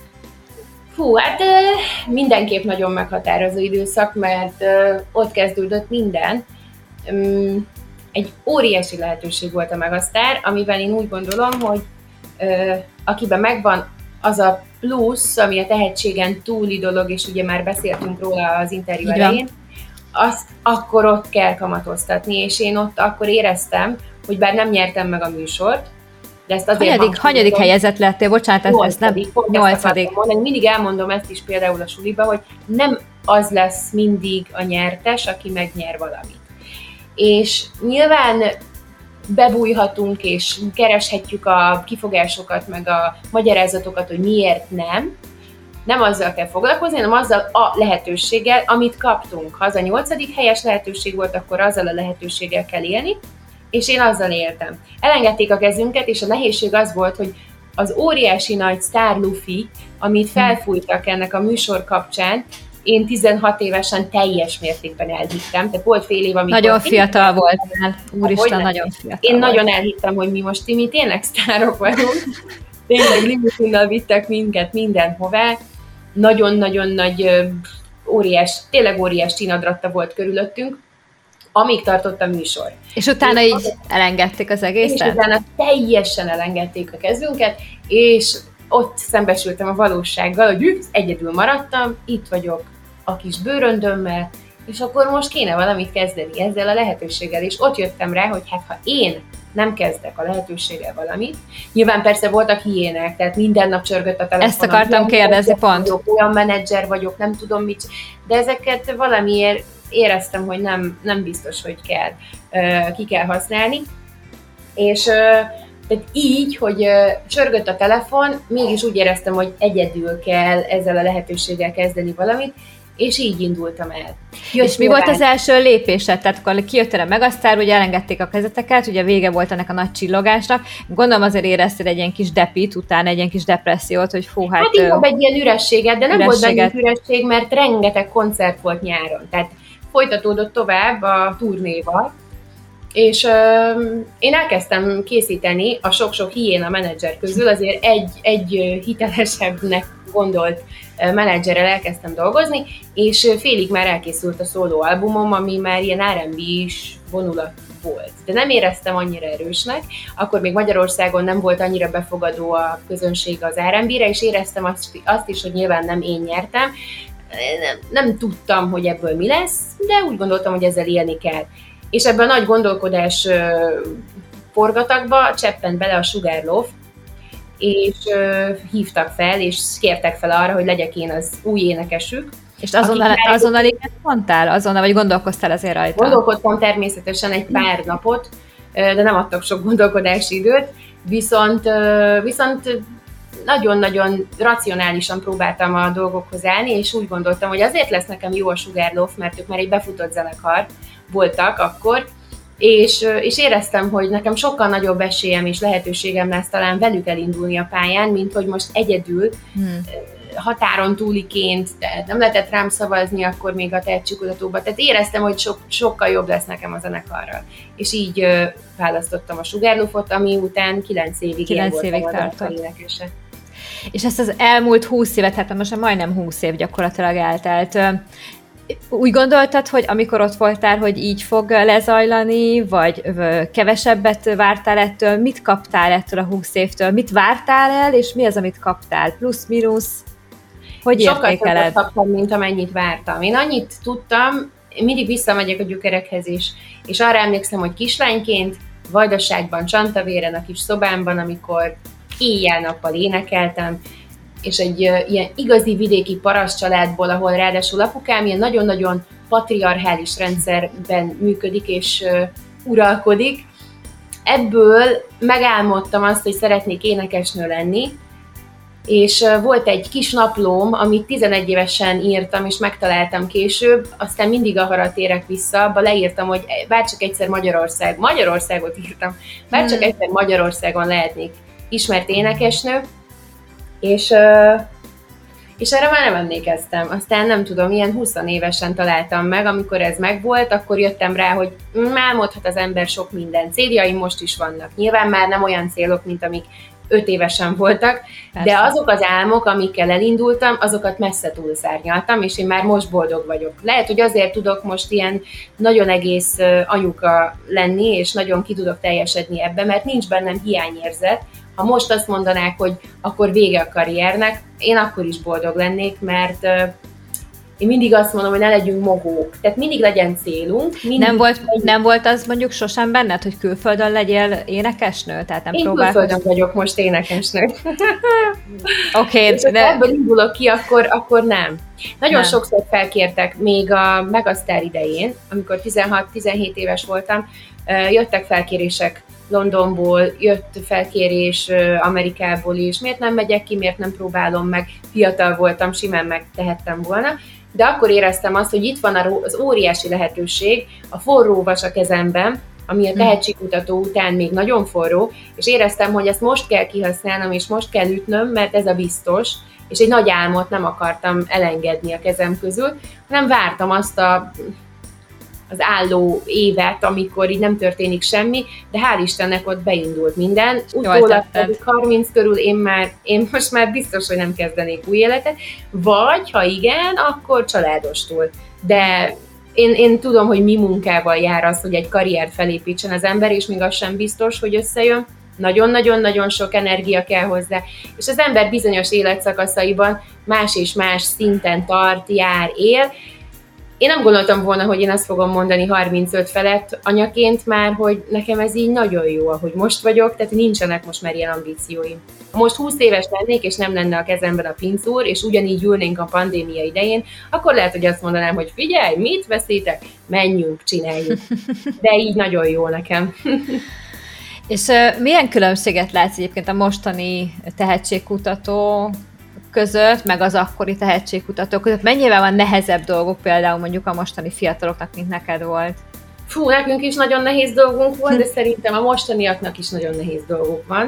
Speaker 3: Hú, hát mindenképp nagyon meghatározó időszak, mert ott kezdődött minden. Egy óriási lehetőség volt a Megasztár, amiben én úgy gondolom, hogy akiben megvan az a plusz, ami a tehetségen túli dolog, és ugye már beszéltünk róla az interjú elején, azt akkor ott kell kamatoztatni, és én ott akkor éreztem, hogy bár nem nyertem meg a műsort, de ezt azért
Speaker 1: hanyadik, hanyadik helyezett lettél? Bocsánat, ez nem nyolcadik.
Speaker 3: Mindig elmondom ezt is például a suliba, hogy nem az lesz mindig a nyertes, aki megnyer valamit. És nyilván bebújhatunk és kereshetjük a kifogásokat, meg a magyarázatokat, hogy miért nem. Nem azzal kell foglalkozni, hanem azzal a lehetőséggel, amit kaptunk. Ha az a nyolcadik helyes lehetőség volt, akkor azzal a lehetőséggel kell élni, és én azzal éltem. Elengedték a kezünket, és a nehézség az volt, hogy az óriási nagy sztár lufi, amit felfújtak ennek a műsor kapcsán, én tizenhat évesen teljes mértékben elhittem. Tehát volt fél év, amikor...
Speaker 1: Nagyon fiatal voltál. Úristen, nagyon fiatal
Speaker 3: Én
Speaker 1: volt.
Speaker 3: Nagyon elhittem, hogy mi most mi tényleg sztárok vagyunk. Tényleg limuzinnal vittek minket mindenhová. Nagyon-nagyon nagy, óriás, tényleg óriás csinadratta volt körülöttünk, amíg tartott a műsor.
Speaker 1: És utána
Speaker 3: és
Speaker 1: így
Speaker 3: az,
Speaker 1: elengedték az egészet?
Speaker 3: És utána teljesen elengedték a kezünket, és ott szembesültem a valósággal, hogy üpsz, egyedül maradtam, itt vagyok a kis bőröndömmel, és akkor most kéne valamit kezdeni ezzel a lehetőséggel, és ott jöttem rá, hogy hát ha én nem kezdek a lehetőséggel valamit, nyilván persze voltak hiének, tehát minden nap csörgött a telefonom.
Speaker 1: Ezt akartam kérdezni, pont.
Speaker 3: Vagyok, olyan menedzser vagyok, nem tudom mit, de ezeket valamiért éreztem, hogy nem, nem biztos, hogy kell, ki kell használni, és tehát így, hogy csörgött a telefon, mégis úgy éreztem, hogy egyedül kell ezzel a lehetőséggel kezdeni valamit, és így indultam el.
Speaker 1: Jött és mi volt az első lépésed? Tehát akkor kijöttél a Megasztár, ugye elengedték a kezeteket, ugye vége volt ennek a nagy csillogásnak. Gondolom azért éreztél egy ilyen kis depit, utána egy ilyen kis depressziót, hogy fú, hát...
Speaker 3: Hát inkább egy ilyen ürességet, de nem
Speaker 1: ürességet.
Speaker 3: volt benne üresség, mert rengeteg koncert volt nyáron. Tehát folytatódott tovább a turnéval, és euh, én elkezdtem készíteni a sok-sok hiéna menedzser közül, azért egy, egy hitelesebbnek gondolt menedzserrel elkezdtem dolgozni, és félig már elkészült a szóló albumom, ami már ilyen er end bé-s vonulat volt. De nem éreztem annyira erősnek, akkor még Magyarországon nem volt annyira befogadó a közönség az er end bé-re, és éreztem azt, azt is, hogy nyilván nem én nyertem. Nem, nem tudtam, hogy ebből mi lesz, de úgy gondoltam, hogy ezzel élni kell. És ebben a nagy gondolkodás forgatagba cseppent bele a Sugarloaf, és uh, hívtak fel, és kértek fel arra, hogy legyek én az új énekesük.
Speaker 1: És azonnal, azonnal igen mondtál? Azonnal, vagy gondolkoztál azért rajta?
Speaker 3: Gondolkodtam természetesen egy pár napot, de nem adtak sok gondolkodási időt, viszont, viszont nagyon-nagyon racionálisan próbáltam a dolgokhoz állni, és úgy gondoltam, hogy azért lesz nekem jó a Sugarloaf, mert ők már egy befutott zenekar voltak akkor, És, és éreztem, hogy nekem sokkal nagyobb esélyem és lehetőségem lesz talán velük elindulni a pályán, mint hogy most egyedül, hmm. határon túliként, tehát nem lehetett rám szavazni akkor még a tehetségkutatóba, tehát éreztem, hogy so, sokkal jobb lesz nekem a zenekarral. És így uh, választottam a Sugarloafot, ami után kilenc évig én voltam a zenekar énekese.
Speaker 1: És ezt az elmúlt húsz évet, hát most majdnem húsz év gyakorlatilag eltelt. Úgy gondoltad, hogy amikor ott voltál, hogy így fog lezajlani, vagy kevesebbet vártál ettől, mit kaptál ettől a húsz évtől, mit vártál el, és mi az, amit kaptál? Plusz, mínusz? Hogy értékeled?
Speaker 3: Sokkal kaptam, mint amennyit vártam. Én annyit tudtam, mindig visszamegyek a gyökerekhez is, és arra emlékszem, hogy kislányként, Vajdaságban, Csantavéren, a kis szobámban, amikor éjjel-nappal énekeltem, és egy uh, ilyen igazi vidéki paraszt családból, ahol ráadásul apukám ilyen nagyon-nagyon patriarchális rendszerben működik és uh, uralkodik. Ebből megálmodtam azt, hogy szeretnék énekesnő lenni, és uh, volt egy kis naplóm, amit tizenegy évesen írtam, és megtaláltam később, aztán mindig arra térek vissza, abba leírtam, hogy bárcsak egyszer Magyarország, Magyarországot írtam, bárcsak hmm. egyszer Magyarországon lehetnék ismert énekesnő, És, és erre már nem emlékeztem. Aztán nem tudom, ilyen húsz évesen találtam meg, amikor ez megvolt, akkor jöttem rá, hogy álmodhat az ember sok minden. Céljaim most is vannak. Nyilván már nem olyan célok, mint amik öt évesen voltak, Persze. de azok az álmok, amikkel elindultam, azokat messze túlszárnyaltam, és én már most boldog vagyok. Lehet, hogy azért tudok most ilyen nagyon egész anyuka lenni, és nagyon ki tudok teljesedni ebbe, mert nincs bennem hiányérzet. Ha most azt mondanák, hogy akkor vége a karriernek, én akkor is boldog lennék, mert uh, én mindig azt mondom, hogy ne legyünk mohók. Tehát mindig legyen célunk. Mindig
Speaker 1: nem, volt, legyen... nem volt az mondjuk sosem benned, hogy külföldön legyél énekesnő? Tehát nem
Speaker 3: én
Speaker 1: próbálkoz...
Speaker 3: külföldön vagyok most énekesnő.
Speaker 1: Oké.
Speaker 3: És
Speaker 1: de...
Speaker 3: ha ebből indulok ki, akkor, akkor nem. Nagyon nem. Sokszor felkértek, még a Megasztár idején, amikor tizenhat-tizenhét éves voltam, jöttek felkérések Londonból, jött felkérés Amerikából is, miért nem megyek ki, miért nem próbálom meg, fiatal voltam, simán megtehettem volna, de akkor éreztem azt, hogy itt van az óriási lehetőség, a forró vas a kezemben, ami a tehetségkutató után még nagyon forró, és éreztem, hogy ezt most kell kihasználnom, és most kell ütnöm, mert ez a biztos, és egy nagy álmot nem akartam elengedni a kezem közül, hanem vártam azt a az álló évet, amikor így nem történik semmi, de hál' Istennek ott beindult minden. Utólag pedig harminc körül én már, én most már biztos, hogy nem kezdenék új életet, vagy ha igen, akkor családostul. De én, én tudom, hogy mi munkával jár az, hogy egy karriert felépítsen az ember, és még az sem biztos, hogy összejön. Nagyon-nagyon-nagyon sok energia kell hozzá, és az ember bizonyos életszakaszaiban más és más szinten tart, jár, él. Én nem gondoltam volna, hogy én azt fogom mondani harmincöt felett anyaként már, hogy nekem ez így nagyon jó, ahogy most vagyok, tehát nincsenek most már ilyen ambícióim. Ha most húsz éves lennék, és nem lenne a kezemben a pincúr, és ugyanígy ülnénk a pandémia idején, akkor lehet, hogy azt mondanám, hogy figyelj, mit veszítek, menjünk, csináljuk. De így nagyon jó nekem.
Speaker 1: És uh, milyen különbséget látsz egyébként a mostani tehetségkutató között, meg az akkori tehetségkutatók között? Mennyivel van nehezebb dolgok például mondjuk a mostani fiataloknak, mint neked volt?
Speaker 3: Fú, nekünk is nagyon nehéz dolgunk volt, de szerintem a mostaniaknak is nagyon nehéz dolguk van.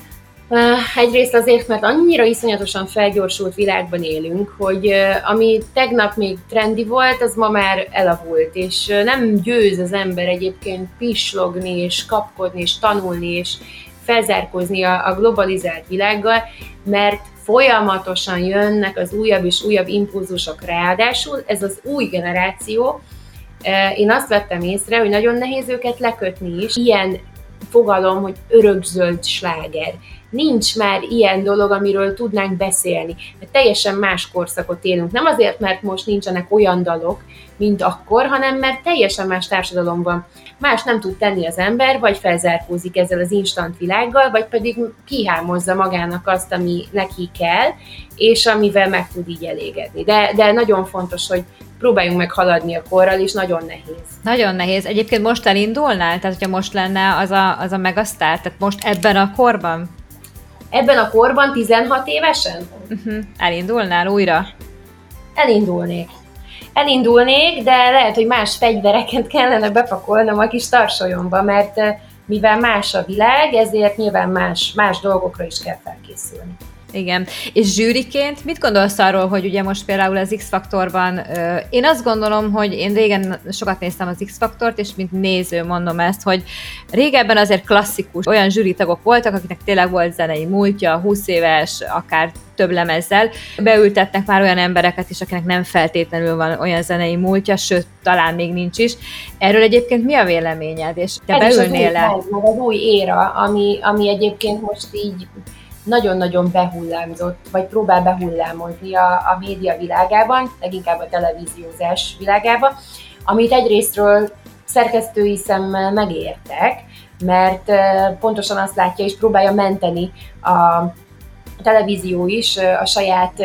Speaker 3: Egyrészt azért, mert annyira iszonyatosan felgyorsult világban élünk, hogy ami tegnap még trendi volt, az ma már elavult, és nem győz az ember egyébként pislogni, és kapkodni, és tanulni, és felzárkózni a globalizált világgal, mert folyamatosan jönnek az újabb és újabb impulzusok, ráadásul ez az új generáció, én azt vettem észre, hogy nagyon nehéz őket lekötni is. Ilyen fogalom, hogy örökzöld sláger. Nincs már ilyen dolog, amiről tudnánk beszélni. Mert teljesen más korszakot élünk. Nem azért, mert most nincsenek olyan dalok, mint akkor, hanem mert teljesen más társadalom van. Más nem tud tenni az ember, vagy felzárkózik ezzel az instant világgal, vagy pedig kihámozza magának azt, ami neki kell, és amivel meg tud így elégedni. De, de nagyon fontos, hogy próbáljunk meg haladni a korral, és nagyon nehéz.
Speaker 1: Nagyon nehéz. Egyébként most elindulnál? Tehát, hogyha most lenne az a, az a megasztár? Tehát most ebben a korban?
Speaker 3: Ebben a korban tizenhat évesen?
Speaker 1: Uh-huh. Elindulnál újra?
Speaker 3: Elindulnék. Elindulnék, de lehet, hogy más fegyvereket kellene bepakolnom a kis tarsolyomba, mert mivel más a világ, ezért nyilván más, más dolgokra is kell felkészülni.
Speaker 1: Igen. És zsűriként mit gondolsz arról, hogy ugye most például az X-faktorban, euh, én azt gondolom, hogy én régen sokat néztem az X-faktort, és mint néző mondom ezt, hogy régebben azért klasszikus olyan zsűritagok voltak, akiknek tényleg volt zenei múltja, húsz éves, akár több lemezzel. Beültetnek már olyan embereket is, akinek nem feltétlenül van olyan zenei múltja, sőt, talán még nincs is. Erről egyébként mi a véleményed? És te
Speaker 3: Ez
Speaker 1: beülnél
Speaker 3: is az új, meg az új éra, ami, ami egyébként most így nagyon-nagyon behullámzott, vagy próbál behullámozni a, a média világában, leginkább a televíziózás világában, amit egyrésztről szerkesztői szemmel megértek, mert pontosan azt látja és próbálja menteni a televízió is a saját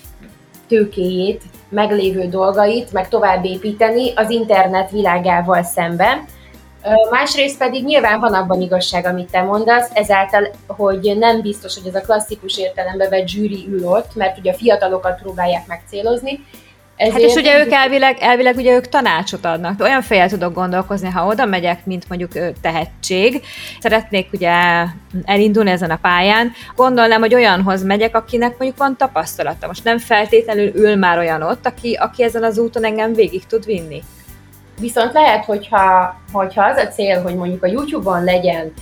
Speaker 3: tőkéjét, meglévő dolgait, meg tovább építeni az internet világával szemben. Másrészt pedig nyilván van abban igazság, amit te mondasz, ezáltal, hogy nem biztos, hogy ez a klasszikus értelembe vett zsűri ül ott, mert ugye a fiatalokat próbálják megcélozni.
Speaker 1: Ezért... Hát és ugye ők elvileg, elvileg ugye ők tanácsot adnak. Olyan fejjel tudok gondolkozni, ha oda megyek, mint mondjuk tehetség, szeretnék ugye elindulni ezen a pályán, gondolnám, hogy olyanhoz megyek, akinek mondjuk van tapasztalata. Most nem feltétlenül ül már olyan ott, aki, aki ezen az úton engem végig tud vinni.
Speaker 3: Viszont lehet, hogyha, hogyha az a cél, hogy mondjuk a YouTube-on legyen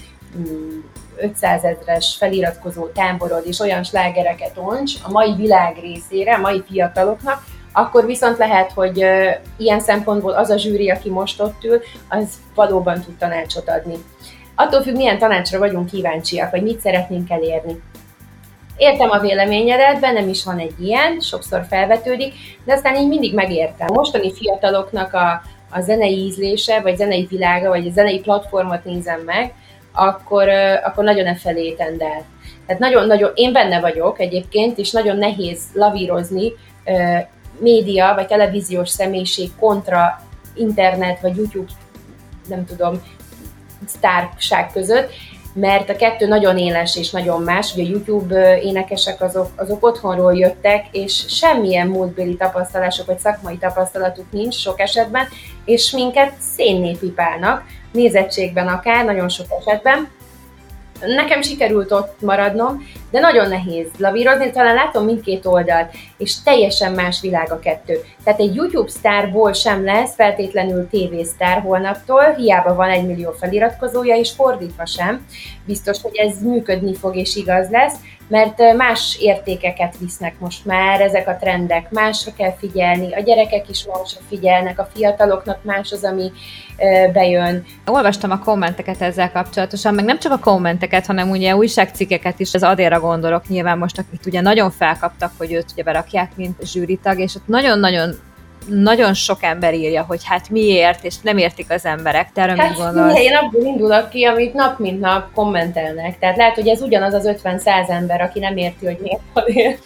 Speaker 3: ötszázezres feliratkozó táborod, és olyan slágereket onts a mai világ részére, a mai fiataloknak, akkor viszont lehet, hogy ilyen szempontból az a zsűri, aki most ott ül, az valóban tud tanácsot adni. Attól függ, milyen tanácsra vagyunk kíváncsiak, vagy mit szeretnénk elérni. Értem a véleményedet, bennem is van egy ilyen, sokszor felvetődik, de aztán így mindig megértem. Mostani fiataloknak a a zenei ízlése, vagy zenei világa, vagy a zenei platformot nézem meg, akkor, akkor nagyon e felé tendál. Tehát nagyon-nagyon, én benne vagyok egyébként, és nagyon nehéz lavírozni média, vagy televíziós személyiség kontra internet, vagy YouTube, nem tudom, sztárság között, mert a kettő nagyon éles és nagyon más, ugye a YouTube énekesek azok, azok otthonról jöttek, és semmilyen múltbéli tapasztalások vagy szakmai tapasztalatuk nincs sok esetben, és minket szénné pipálnak, nézettségben akár, nagyon sok esetben. Nekem sikerült ott maradnom, de nagyon nehéz lavírozni, talán látom mindkét oldalt, és teljesen más világ a kettő. Tehát egy YouTube sztárból sem lesz feltétlenül té vé sztár holnaptól, hiába van egy millió feliratkozója, és fordítva sem. Biztos, hogy ez működni fog és igaz lesz, mert más értékeket visznek most már ezek a trendek, másra kell figyelni, a gyerekek is másra figyelnek, a fiataloknak más az, ami bejön.
Speaker 1: Olvastam a kommenteket ezzel kapcsolatosan, meg nem csak a kommenteket, hanem ugye újságcikkeket is, az Adélra gondolok nyilván most, akik ugye nagyon felkaptak, hogy őt ugye berakják, mint zsűritag, és ott nagyon-nagyon nagyon sok ember írja, hogy hát miért, és nem értik az emberek. Te erről
Speaker 3: hát,
Speaker 1: mit gondolsz?
Speaker 3: Én abból indulok ki, amit nap mint nap kommentelnek. Tehát lehet, hogy ez ugyanaz az ötven-száz ember, aki nem érti, hogy miért Adél.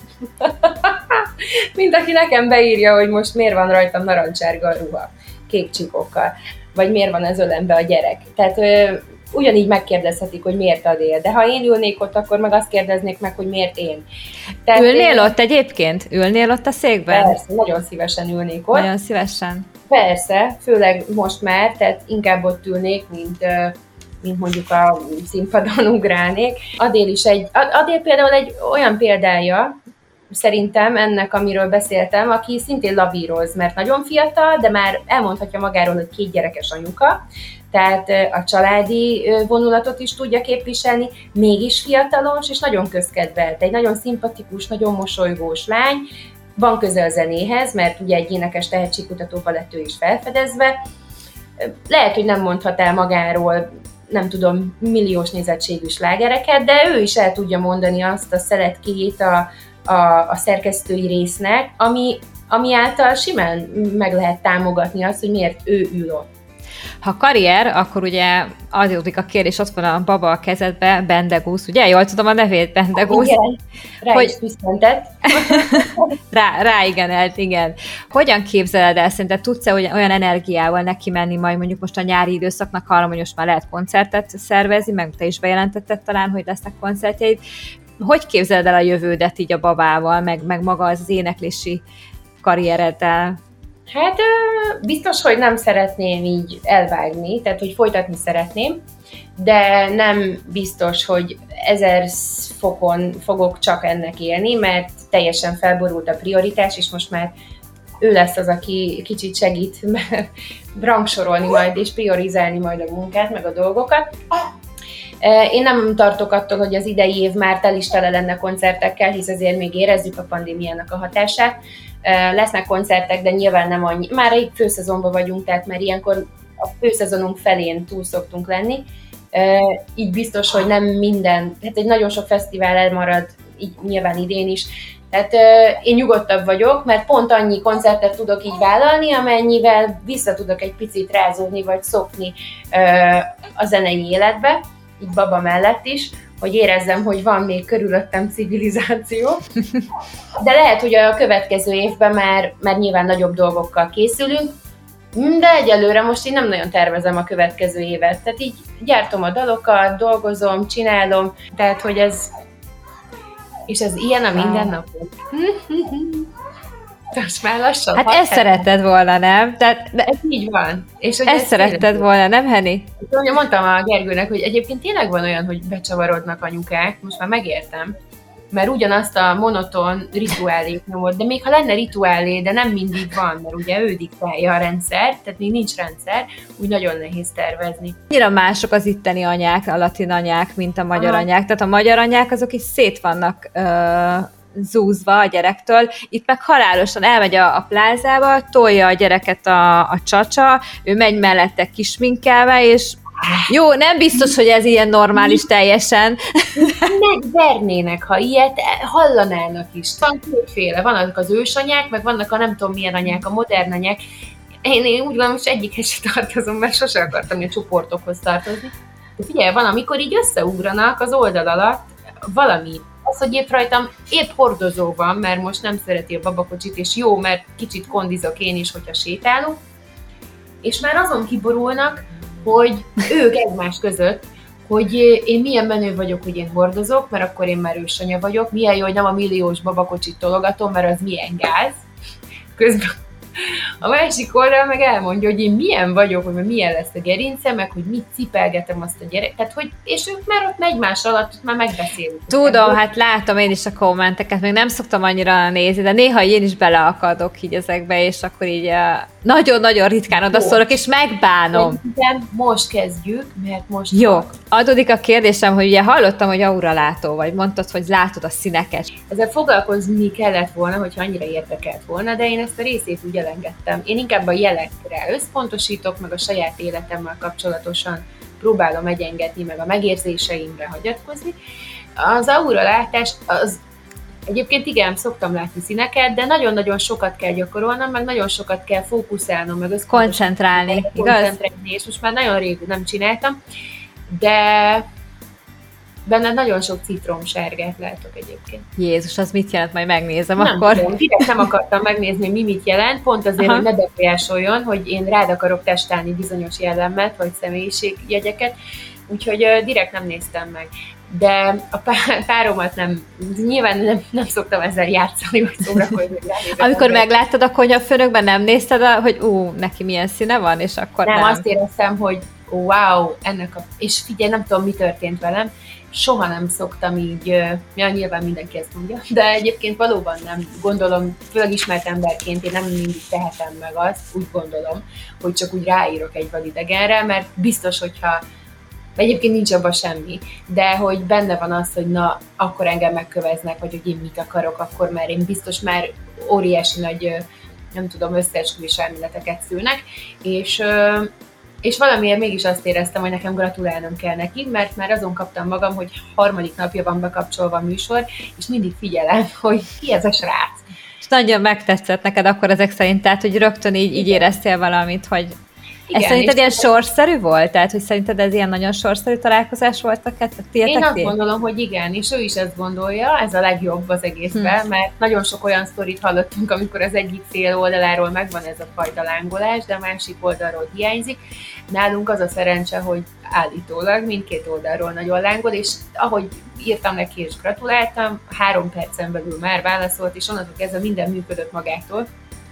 Speaker 3: Mint aki nekem beírja, hogy most miért van rajtam narancsárga a ruha, kék csikokkal, vagy miért van ez ölembe a gyerek. Tehát ugyanígy megkérdezhetik, hogy miért adél. De ha én ülnék ott, akkor meg azt kérdeznék meg, hogy miért én.
Speaker 1: Tehát ülnél én... ott egyébként? Ülnél ott a székben?
Speaker 3: Persze, nagyon szívesen ülnék ott.
Speaker 1: Nagyon szívesen?
Speaker 3: Persze, főleg most már, tehát inkább ott ülnék, mint, mint mondjuk a színpadon ugrálnék. Adél is egy, Adél például egy olyan példája, szerintem ennek, amiről beszéltem, aki szintén lavíroz, mert nagyon fiatal, de már elmondhatja magáról, hogy két gyerekes anyuka, tehát a családi vonulatot is tudja képviselni, mégis fiatalos, és nagyon közkedvelt. Egy nagyon szimpatikus, nagyon mosolygós lány, van köze a zenéhez, mert ugye egy énekes tehetségkutatóval lett ő is felfedezve. Lehet, hogy nem mondhat el magáról, nem tudom, milliós nézettségű slágereket, de ő is el tudja mondani azt a szeletkéjét a, a, a szerkesztői résznek, ami, ami által simán meg lehet támogatni azt, hogy miért ő ül ott.
Speaker 1: Ha karrier, akkor ugye adódik a kérdés, ott van a baba a kezedbe, Bendegusz, ugye? Jól tudom a nevét, Bendegusz.
Speaker 3: Igen, rá hogy... is tüsszentett.
Speaker 1: rá, rá igen, igen. Hogyan képzeled el, szerinted tudsz-e olyan energiával neki menni majd mondjuk most a nyári időszaknak, arra, hogy most már lehet koncertet szervezni, meg te is bejelentetted talán, hogy lesznek koncertjeid. Hogy képzeled el a jövődet így a babával, meg, meg maga az éneklési karriereddel?
Speaker 3: Hát biztos, hogy nem szeretném így elvágni, tehát hogy folytatni szeretném, de nem biztos, hogy ezer fokon fogok csak ennek élni, mert teljesen felborult a prioritás, és most már ő lesz az, aki kicsit segít rangsorolni majd, és priorizálni majd a munkát, meg a dolgokat. Én nem tartok attól, hogy az idei év már tel is tele lenne koncertekkel, hisz azért még érezzük a pandémiának a hatását. Lesznek koncertek, de nyilván nem annyi. Már egy főszezonban vagyunk, tehát már ilyenkor a főszezonunk felén túl szoktunk lenni. Így biztos, hogy nem minden, hát egy nagyon sok fesztivál elmarad, így nyilván idén is. Tehát én nyugodtabb vagyok, mert pont annyi koncertet tudok így vállalni, amennyivel vissza tudok egy picit rázódni, vagy szokni a zenei életbe, így baba mellett is, hogy érezzem, hogy van még körülöttem civilizáció. De lehet, hogy a következő évben már, már nyilván nagyobb dolgokkal készülünk, de egyelőre most én nem nagyon tervezem a következő évet. Tehát így gyártom a dalokat, dolgozom, csinálom, tehát hogy ez... És ez ilyen a mindennapok. Most már lassan.
Speaker 1: Hát ezt szeretted volna, nem? Tehát, de...
Speaker 3: Ez így van. És hogy
Speaker 1: ezt szeretted volna, nem, Henni?
Speaker 3: Mondtam a Gergőnek, hogy egyébként tényleg van olyan, hogy becsavarodnak anyukák, most már megértem, mert ugyanazt a monoton rituálét nyomod, de még ha lenne rituálé, de nem mindig van, mert ugye ő diktálja a rendszer, tehát még nincs rendszer, úgy nagyon nehéz tervezni.
Speaker 1: Annyira mások az itteni anyák, a latin anyák, mint a magyar Aha. anyák, tehát a magyar anyák azok is szét vannak uh, zúzva a gyerektől, itt meg halálosan elmegy a, a plázába, tolja a gyereket a, a csacsa, ő megy mellette kisminkelve, és jó, nem biztos, hogy ez ilyen normális teljesen.
Speaker 3: Megvernének, ha ilyet hallanának is. Van kétféle, vannak az ősanyák, meg vannak a nem tudom milyen anyák, a modern anyák. Én, én úgy gondolom, hogy egyikhez sem tartozom, mert sose akartam a csoportokhoz tartozni. De figyelj, van, amikor így összeugranak az oldal alatt valami. Az, hogy épp rajtam épp hordozó van, mert most nem szereti a babakocsit, és jó, mert kicsit kondizok én is, hogyha sétálunk. És már azon kiborulnak, hogy ők egymás között, hogy én milyen menő vagyok, hogy én hordozok, mert akkor én már ősanya vagyok, milyen jó, hogy nem a milliós babakocsit tologatom, mert az milyen gáz. Közben a másik oldal meg elmondja, hogy én milyen vagyok, hogy milyen lesz a gerince, meg hogy mit cipelgetem azt a gyerek. Tehát, hogy, és ők már ott egymás alatt már megbeszélünk.
Speaker 1: Tudom, hát látom én is a kommenteket, még nem szoktam annyira nézni, de néha én is beleakadok így ezekbe, és akkor így nagyon-nagyon ritkán odaszólok, és megbánom.
Speaker 3: Igen, most kezdjük, mert most...
Speaker 1: Jó, van. Adódik a kérdésem, hogy ugye hallottam, hogy auralátó vagy, mondtad, hogy látod a színeket.
Speaker 3: Ezzel foglalkozni kellett volna, hogyha annyira érdekelt volna, de én ezt a részét úgy elengedtem. Én inkább a jelekre összpontosítok, meg a saját életemmel kapcsolatosan próbálom egyengetni, meg a megérzéseimre hagyatkozni. Az auralátás, az egyébként igen, szoktam látni színeket, de nagyon-nagyon sokat kell gyakorolnom, meg nagyon sokat kell fókuszálnom, meg
Speaker 1: koncentrálni, igaz?
Speaker 3: Koncentrálni, és most már nagyon rég nem csináltam, de benne nagyon sok citromsárgát látok egyébként.
Speaker 1: Jézus, az mit jelent? Majd megnézem
Speaker 3: nem
Speaker 1: akkor.
Speaker 3: Tudom, direkt nem akartam megnézni, mi mit jelent, pont azért, Aha. hogy ne befolyásoljon, hogy én rád akarok testálni bizonyos jellemet, vagy személyiségjegyeket, úgyhogy uh, direkt nem néztem meg. De a páromat nem, nyilván nem, nem szoktam ezzel játszani, vagy szórakozni.
Speaker 1: Amikor megláttad a konyhafőnökben, nem nézted, hogy ú, neki milyen színe van, és akkor nem.
Speaker 3: Nem, azt éreztem, hogy wow, ennek a... És figyelj, nem tudom, mi történt velem, soha nem szoktam így, ja, nyilván mindenki ezt mondja, de egyébként valóban nem gondolom, főleg ismert emberként én nem mindig tehetem meg azt, úgy gondolom, hogy csak úgy ráírok egy vadidegenre, mert biztos, hogyha egyébként nincs abban semmi, de hogy benne van az, hogy na, akkor engem megköveznek, vagy hogy én mit akarok, akkor már én biztos már óriási nagy, nem tudom, összeesküvés elméleteket szülnek, és, és valamiért mégis azt éreztem, hogy nekem gratulálnom kell neki, mert már azon kaptam magam, hogy harmadik napja van bekapcsolva a műsor, és mindig figyelem, hogy ki ez a srác.
Speaker 1: És nagyon megtetszett neked akkor ezek szerint, tehát hogy rögtön így, így éreztél valamit, hogy igen, ez szerinted ilyen sorszerű volt? Tehát, hogy szerinted ez ilyen nagyon sorszerű találkozás volt a kettőtek?
Speaker 3: Én azt gondolom, hogy igen, és ő is ezt gondolja, ez a legjobb az egészben, hmm. mert nagyon sok olyan sztorit hallottunk, amikor az egyik fél oldaláról megvan ez a fajta lángolás, de a másik oldalról hiányzik. Nálunk az a szerencse, hogy állítólag mindkét oldalról nagyon lángol, és ahogy írtam neki és gratuláltam, három percen belül már válaszolt, és onnantól kezdve minden működött magától.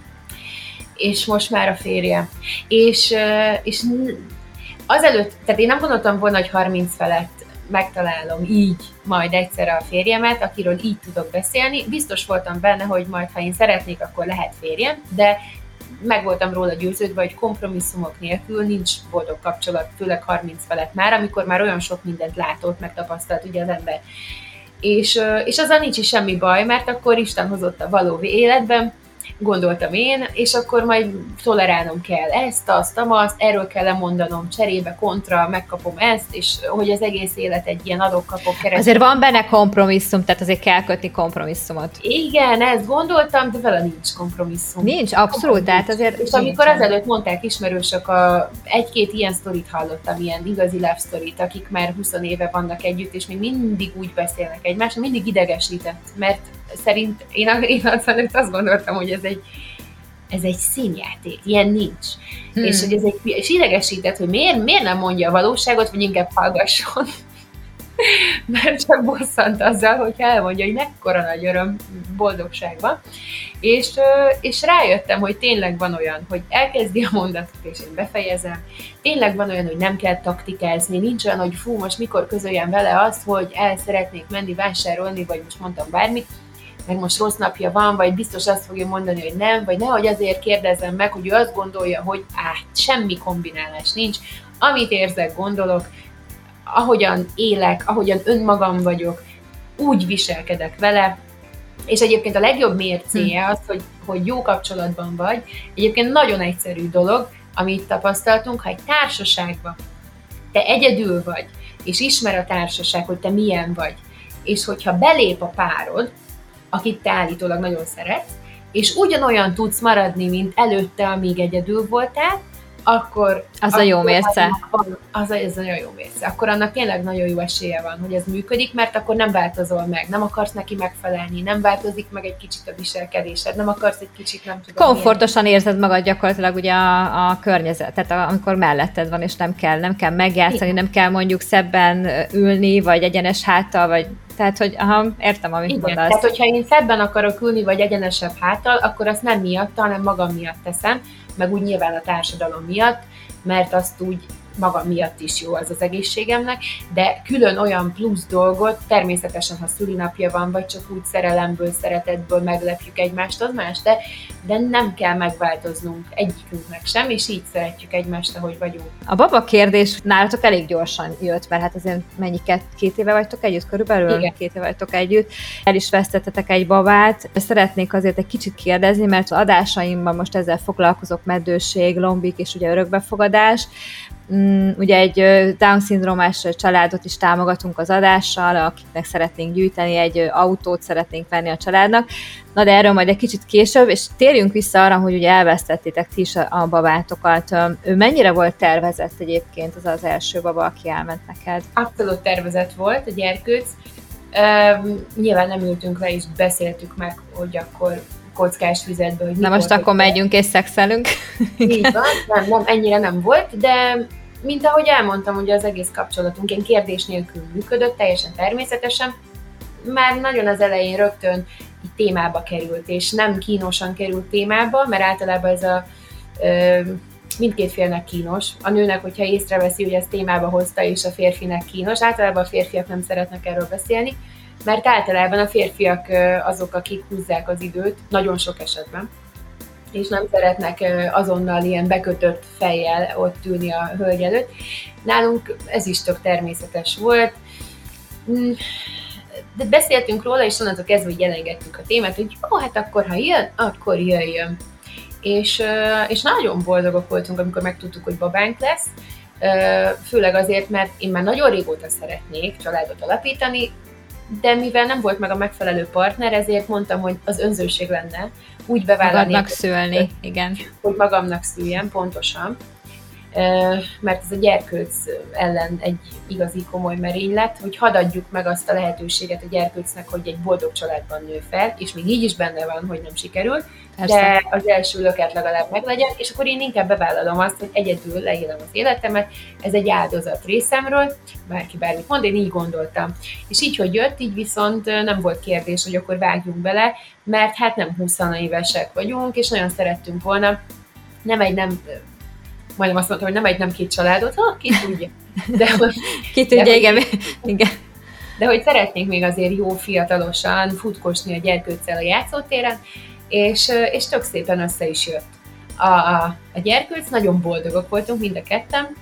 Speaker 3: És most már a férjem. És, és azelőtt, tehát én nem gondoltam volna, hogy harminc felett megtalálom így majd egyszerre a férjemet, akiről így tudok beszélni. Biztos voltam benne, hogy majd, ha én szeretnék, akkor lehet férjem, de meg voltam róla győződve, hogy kompromisszumok nélkül nincs boldog kapcsolat, főleg harminc felett már, amikor már olyan sok mindent látott, megtapasztalt ugye az ember. És, és azzal nincs is semmi baj, mert akkor Isten hozott a való életben, gondoltam én, és akkor majd tolerálnom kell ezt, azt, azt, erről kell lemondanom, cserébe, kontra, megkapom ezt, és hogy az egész élet egy ilyen adok-kapok keresztül.
Speaker 1: Azért van benne kompromisszum, tehát azért kell kötni kompromisszumot.
Speaker 3: Igen, ezt gondoltam, de vele nincs kompromisszum.
Speaker 1: Nincs, abszolút, tehát azért...
Speaker 3: És amikor azelőtt mondták ismerősök, a, egy-két ilyen sztorit hallottam, ilyen igazi love sztorit, akik már húsz éve vannak együtt, és még mindig úgy beszélnek egymásra, mindig idegesített, mert szerint én, én azt gondoltam, hogy ez egy, ez egy színjáték, ilyen nincs. Hmm. És hogy ez egy, és idegesített, hogy miért, miért nem mondja a valóságot, vagy inkább hallgasson. Mert csak bosszant azzal, hogyha elmondja, hogy mekkora nagy öröm, boldogságban. És, és rájöttem, hogy tényleg van olyan, hogy elkezdi a mondatot, és én befejezem. Tényleg van olyan, hogy nem kell taktikázni, nincs olyan, hogy fú, most mikor közöljem vele azt, hogy el szeretnék menni vásárolni, vagy most mondtam bármit, meg most rossz napja van, vagy biztos azt fogja mondani, hogy nem, vagy nehogy azért kérdezzem meg, hogy ő azt gondolja, hogy á, semmi kombinálás nincs. Amit érzek, gondolok, ahogyan élek, ahogyan önmagam vagyok, úgy viselkedek vele, és egyébként a legjobb mércéje az, hogy, hogy jó kapcsolatban vagy. Egyébként nagyon egyszerű dolog, amit tapasztaltunk, ha egy társaságban te egyedül vagy, és ismer a társaság, hogy te milyen vagy, és hogyha belép a párod, akit te állítólag nagyon szeretsz, és ugyanolyan tudsz maradni, mint előtte, amíg egyedül voltál, akkor...
Speaker 1: Az
Speaker 3: akkor
Speaker 1: a jó mérce.
Speaker 3: Van, az a, ez a jó mérce. Akkor annak tényleg nagyon jó esélye van, hogy ez működik, mert akkor nem változol meg, nem akarsz neki megfelelni, nem változik meg egy kicsit a viselkedésed, nem akarsz egy kicsit, nem tudom...
Speaker 1: Komfortosan milyen. Érzed magad gyakorlatilag ugye a, a környezet, tehát amikor melletted van, és nem kell, nem kell megjátszani, igen. Nem kell mondjuk szebben ülni, vagy egyenes háttal, vagy... Tehát, hogy aha, értem, amit
Speaker 3: igen,
Speaker 1: mondasz.
Speaker 3: Tehát, hogyha én szebben akarok ülni, vagy egyenesebb háttal, akkor azt nem miatt, hanem magam miatt teszem, meg úgy nyilván a társadalom miatt, mert azt úgy magam miatt is jó az az egészségemnek, de külön olyan plusz dolgot, természetesen, ha szülinapja van, vagy csak úgy szerelemből, szeretetből meglepjük egymást, az más, de, de nem kell megváltoznunk egyikünknek sem, és így szeretjük egymást, ahogy vagyunk.
Speaker 1: A baba kérdés nálatok elég gyorsan jött, mert hát azért mennyi, két, két éve vagytok együtt körülbelül?
Speaker 3: Igen.
Speaker 1: Két éve vagytok együtt. El is vesztettetek egy babát. Szeretnék azért egy kicsit kérdezni, mert az adásaimban most ezzel foglalkozok, meddőség, lombik és ugye örökbefogadás. Ugye egy Down-szindrómás családot is támogatunk az adással, akiknek szeretnénk gyűjteni, egy autót szeretnénk venni a családnak. Na de erről majd egy kicsit később, és térjünk vissza arra, hogy ugye elvesztettétek ti is a babátokat. Ő mennyire volt tervezett egyébként az az első baba, aki elment neked?
Speaker 3: Abszolút tervezett volt a gyerkőc. Uh, nyilván nem ültünk le, és beszéltük meg, hogy akkor kockás füzetből.
Speaker 1: Na most akkor megyünk és szexelünk.
Speaker 3: Így van, nem, nem, ennyire nem volt, de mint ahogy elmondtam, ugye az egész kapcsolatunk ilyen kérdés nélkül működött, teljesen természetesen, már nagyon az elején rögtön így témába került, és nem kínosan került témába, mert általában ez a ö, mindkét félnek kínos. A nőnek, hogyha észreveszi, hogy ez témába hozta, és a férfinek kínos. Általában a férfiak nem szeretnek erről beszélni, mert általában a férfiak azok, akik húzzák az időt, nagyon sok esetben, és nem szeretnek azonnal ilyen bekötött fejjel ott ülni a hölgy előtt. Nálunk ez is tök természetes volt. De beszéltünk róla, és onnantól kezdve, hogy elengedtük a témát, hogy ó, hát akkor, ha jön, akkor jöjjön. És, és nagyon boldogok voltunk, amikor megtudtuk, hogy babánk lesz, főleg azért, mert én már nagyon régóta szeretnék családot alapítani, de mivel nem volt meg a megfelelő partner, ezért mondtam, hogy az önzőség lenne úgy bevállalni,
Speaker 1: magadnak szülni, igen.
Speaker 3: Hogy magamnak szüljem, pontosan, mert ez a gyerkőc ellen egy igazi komoly merénylet, hogy hadd adjuk meg azt a lehetőséget a gyerkőcnek, hogy egy boldog családban nő fel, és még így is benne van, hogy nem sikerül, persze, de az első löket legalább meglegyen, és akkor én inkább bevállalom azt, hogy egyedül leélem az életemet, ez egy áldozat részemről, bárki bármit mond, én így gondoltam. És így, hogy jött, így viszont nem volt kérdés, hogy akkor vágjunk bele, mert hát nem húsz évesek vagyunk, és nagyon szerettünk volna, nem egy nem... majdnem azt mondtam, hogy nem egy, nem két családot, ha, ki tudja. De, hogy,
Speaker 1: ki tudja, de, igen. igen.
Speaker 3: De hogy szeretnénk még azért jó fiatalosan futkosni a gyerkőccel a játszótéren, és, és tök szépen össze is jött a, a, a gyerkőc, nagyon boldogok voltunk mind a ketten,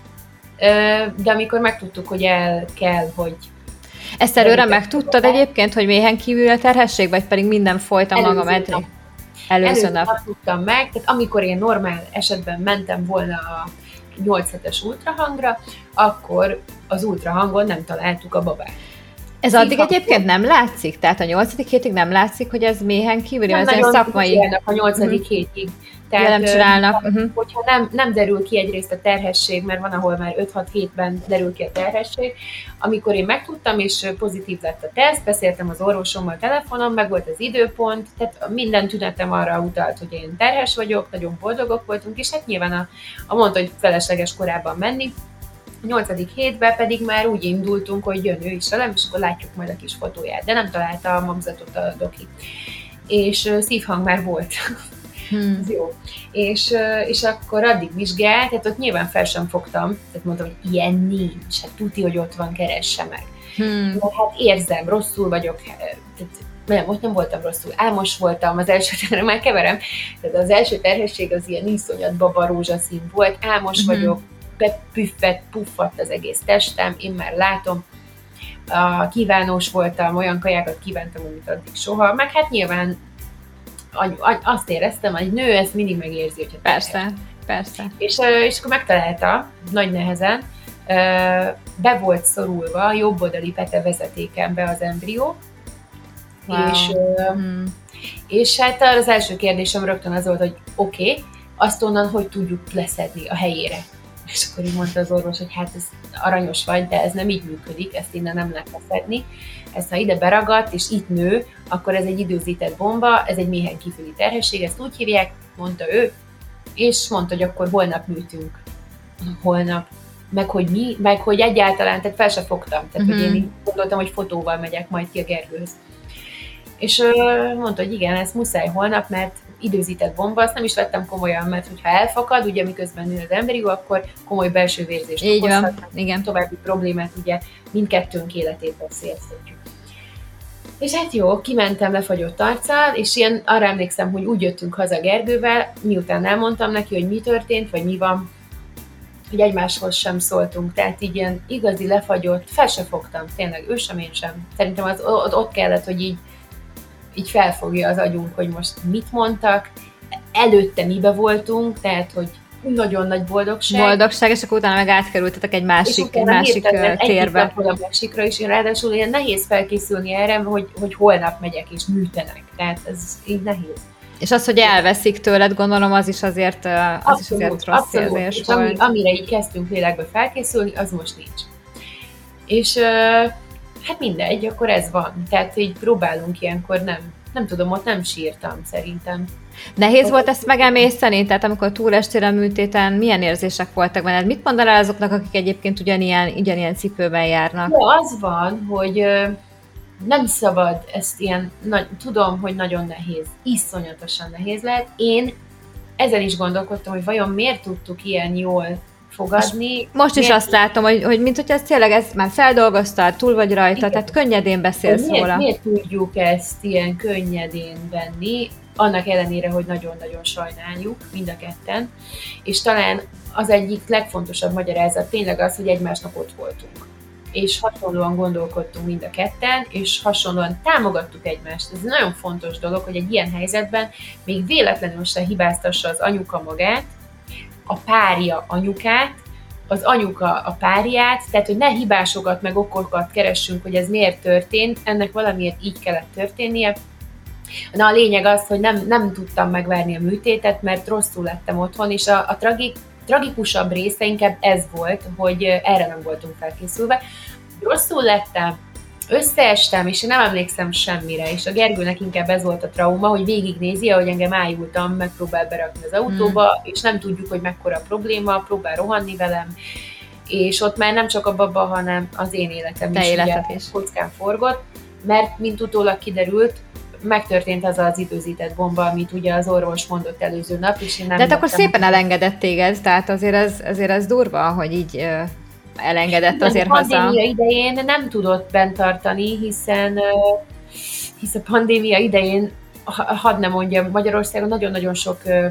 Speaker 3: de amikor megtudtuk, hogy el kell, hogy...
Speaker 1: Ezt előre megtudtad egyébként, hogy méhen kívül a terhesség, vagy pedig minden folytam magam eddig? Előző nap.
Speaker 3: Először tudtam meg, tehát amikor én normál esetben mentem volna a nyolc hetes ultrahangra, akkor az ultrahangon nem találtuk a babát.
Speaker 1: Ez addig Szívha egyébként nem látszik? Tehát a nyolcadik hétig nem látszik, hogy ez méhen kívüli?
Speaker 3: Nem nagyon szakmai. A nyolcadik uh-huh. hétig. Tehát,
Speaker 1: ja, nem csinálnak. Uh-huh.
Speaker 3: Hogyha nem, nem derül ki egyrészt a terhesség, mert van, ahol már öt-hat hétben derül ki a terhesség. Amikor én megtudtam, és pozitív lett a teszt, beszéltem az orvosommal telefonon, meg volt az időpont, tehát minden tünetem arra utalt, hogy én terhes vagyok, nagyon boldogok voltunk, és hát nyilván a, a mondta, hogy felesleges korábban menni. A nyolcadik hétben pedig már úgy indultunk, hogy jön ő is velem, és akkor látjuk majd a kis fotóját, de nem találta a magzatot a doki. És szívhang már volt. Hmm. jó. És, és akkor addig vizsgált, tehát ott nyilván fel sem fogtam, tehát mondtam, hogy ilyen nincs, hát tuti, hogy ott van, keresse meg. Hmm. Mert hát érzem, rosszul vagyok, tehát nem, ott nem voltam rosszul, álmos voltam, az első terhesség, már keverem, tehát az első terhesség az ilyen iszonyat baba rózsaszín volt, álmos hmm. vagyok, bepüffett, puffadt az egész testem, én már látom, a kívánós voltam, olyan kajákat kívántam, amit addig soha, meg hát nyilván azt éreztem, hogy nő ezt mindig megérzi, hogyha
Speaker 1: persze,
Speaker 3: tehet.
Speaker 1: persze.
Speaker 3: És, és akkor megtalálta, nagy nehezen, be volt szorulva jobb oldali pete vezetékembe az embrió, wow. és, hmm. és hát az első kérdésem rögtön az volt, hogy oké, okay, azt onnan hogy tudjuk leszedni a helyére. És akkor így mondta az orvos, hogy hát ez aranyos vagy, de ez nem így működik, ezt innen nem lehet leszedni. Ezt ha ide beragadt, és itt nő, akkor ez egy időzített bomba, ez egy méhen kívüli terhesség, ezt úgy hívják, mondta ő, és mondta, hogy akkor holnap műtünk. Holnap. Meg hogy mi, meg hogy egyáltalán, tehát fel se fogtam. Tehát, mm-hmm. hogy én gondoltam, hogy fotóval megyek majd ki a Gergőhöz. És mondta, hogy igen, ez muszáj holnap, mert időzített bomba, azt nem is vettem komolyan, mert hogyha elfakad, ugye miközben nő az embrió, akkor komoly belső vérzést okozhat.
Speaker 1: Igen.
Speaker 3: További problémát ugye mindkettőnk életét veszélyeztetjük. És hát jó, kimentem lefagyott arccal, és ilyen arra emlékszem, hogy úgy jöttünk haza Gergővel, miután elmondtam neki, hogy mi történt, vagy mi van, hogy egymáshoz sem szóltunk, tehát így ilyen igazi lefagyott, fel se fogtam, tényleg, ő sem, én sem. Szerintem az, ott kellett, hogy így így felfogja az agyunk, hogy most mit mondtak, előtte mibe voltunk, tehát, hogy nagyon nagy boldogság.
Speaker 1: Boldogság, és akkor utána meg átkerültetek egy másik, egy másik térbe.
Speaker 3: Egyik a másikra is, ráadásul ilyen nehéz felkészülni erre, hogy, hogy holnap megyek és műtenek, tehát ez így nehéz.
Speaker 1: És az, hogy elveszik tőled, gondolom, az is azért, az abszolút, is azért rossz abszolút. érzés volt.
Speaker 3: Ami, amire így kezdtünk lélekbe felkészülni, az most nincs. És hát mindegy, akkor ez van. Tehát így próbálunk ilyenkor nem nem tudom, ott nem sírtam szerintem.
Speaker 1: Nehéz volt ezt megemészteni? Tehát amikor túlestél a műtéten, milyen érzések voltak benned? Mit mondanál azoknak, akik egyébként ugyanilyen, ugyanilyen cipőben járnak?
Speaker 3: Ja, az van, hogy nem szabad ezt ilyen, na, tudom, hogy nagyon nehéz, iszonyatosan nehéz lehet. Én ezen is gondolkodtam, hogy vajon miért tudtuk ilyen jól fogadni.
Speaker 1: Most is
Speaker 3: miért,
Speaker 1: azt látom, hogy, hogy mint hogy ezt tényleg ezt már feldolgoztál, túl vagy rajta, igen. Tehát könnyedén beszélsz
Speaker 3: miért,
Speaker 1: róla.
Speaker 3: Miért tudjuk ezt ilyen könnyedén venni, annak ellenére, hogy nagyon-nagyon sajnáljuk mind a ketten, és talán az egyik legfontosabb magyarázat tényleg az, hogy egymásnak ott voltunk. És hasonlóan gondolkodtunk mind a ketten, és hasonlóan támogattuk egymást. Ez nagyon fontos dolog, hogy egy ilyen helyzetben még véletlenül se hibáztassa az anyuka magát, a párja anyukát, az anyuka a párját, tehát hogy ne hibásokat meg okokat keressünk, hogy ez miért történt, ennek valamiért így kellett történnie. Na a lényeg az, hogy nem, nem tudtam megvárni a műtétet, mert rosszul lettem otthon, és a, a tragik, tragikusabb része inkább ez volt, hogy erre nem voltunk felkészülve. Rosszul lettem, összeestem, és én nem emlékszem semmire, és a Gergőnek inkább ez volt a trauma, hogy végignézi, ahogy engem ájultam, megpróbál berakni az autóba, hmm. és nem tudjuk, hogy mekkora a probléma, próbál rohanni velem, és ott már nem csak a baba, hanem az én életem
Speaker 1: Te
Speaker 3: is, ugye,
Speaker 1: is
Speaker 3: kockán forgott, mert mint utólag kiderült, megtörtént az az időzített bomba, amit ugye az orvos mondott előző nap, és én nem...
Speaker 1: De hát akkor szépen elengedett téged, tehát azért ez, azért ez durva, hogy így uh, elengedett azért haza.
Speaker 3: A pandémia idején nem tudott bent tartani, hiszen uh, hisz a pandémia idején, hadd ne mondjam, Magyarországon nagyon-nagyon sok uh,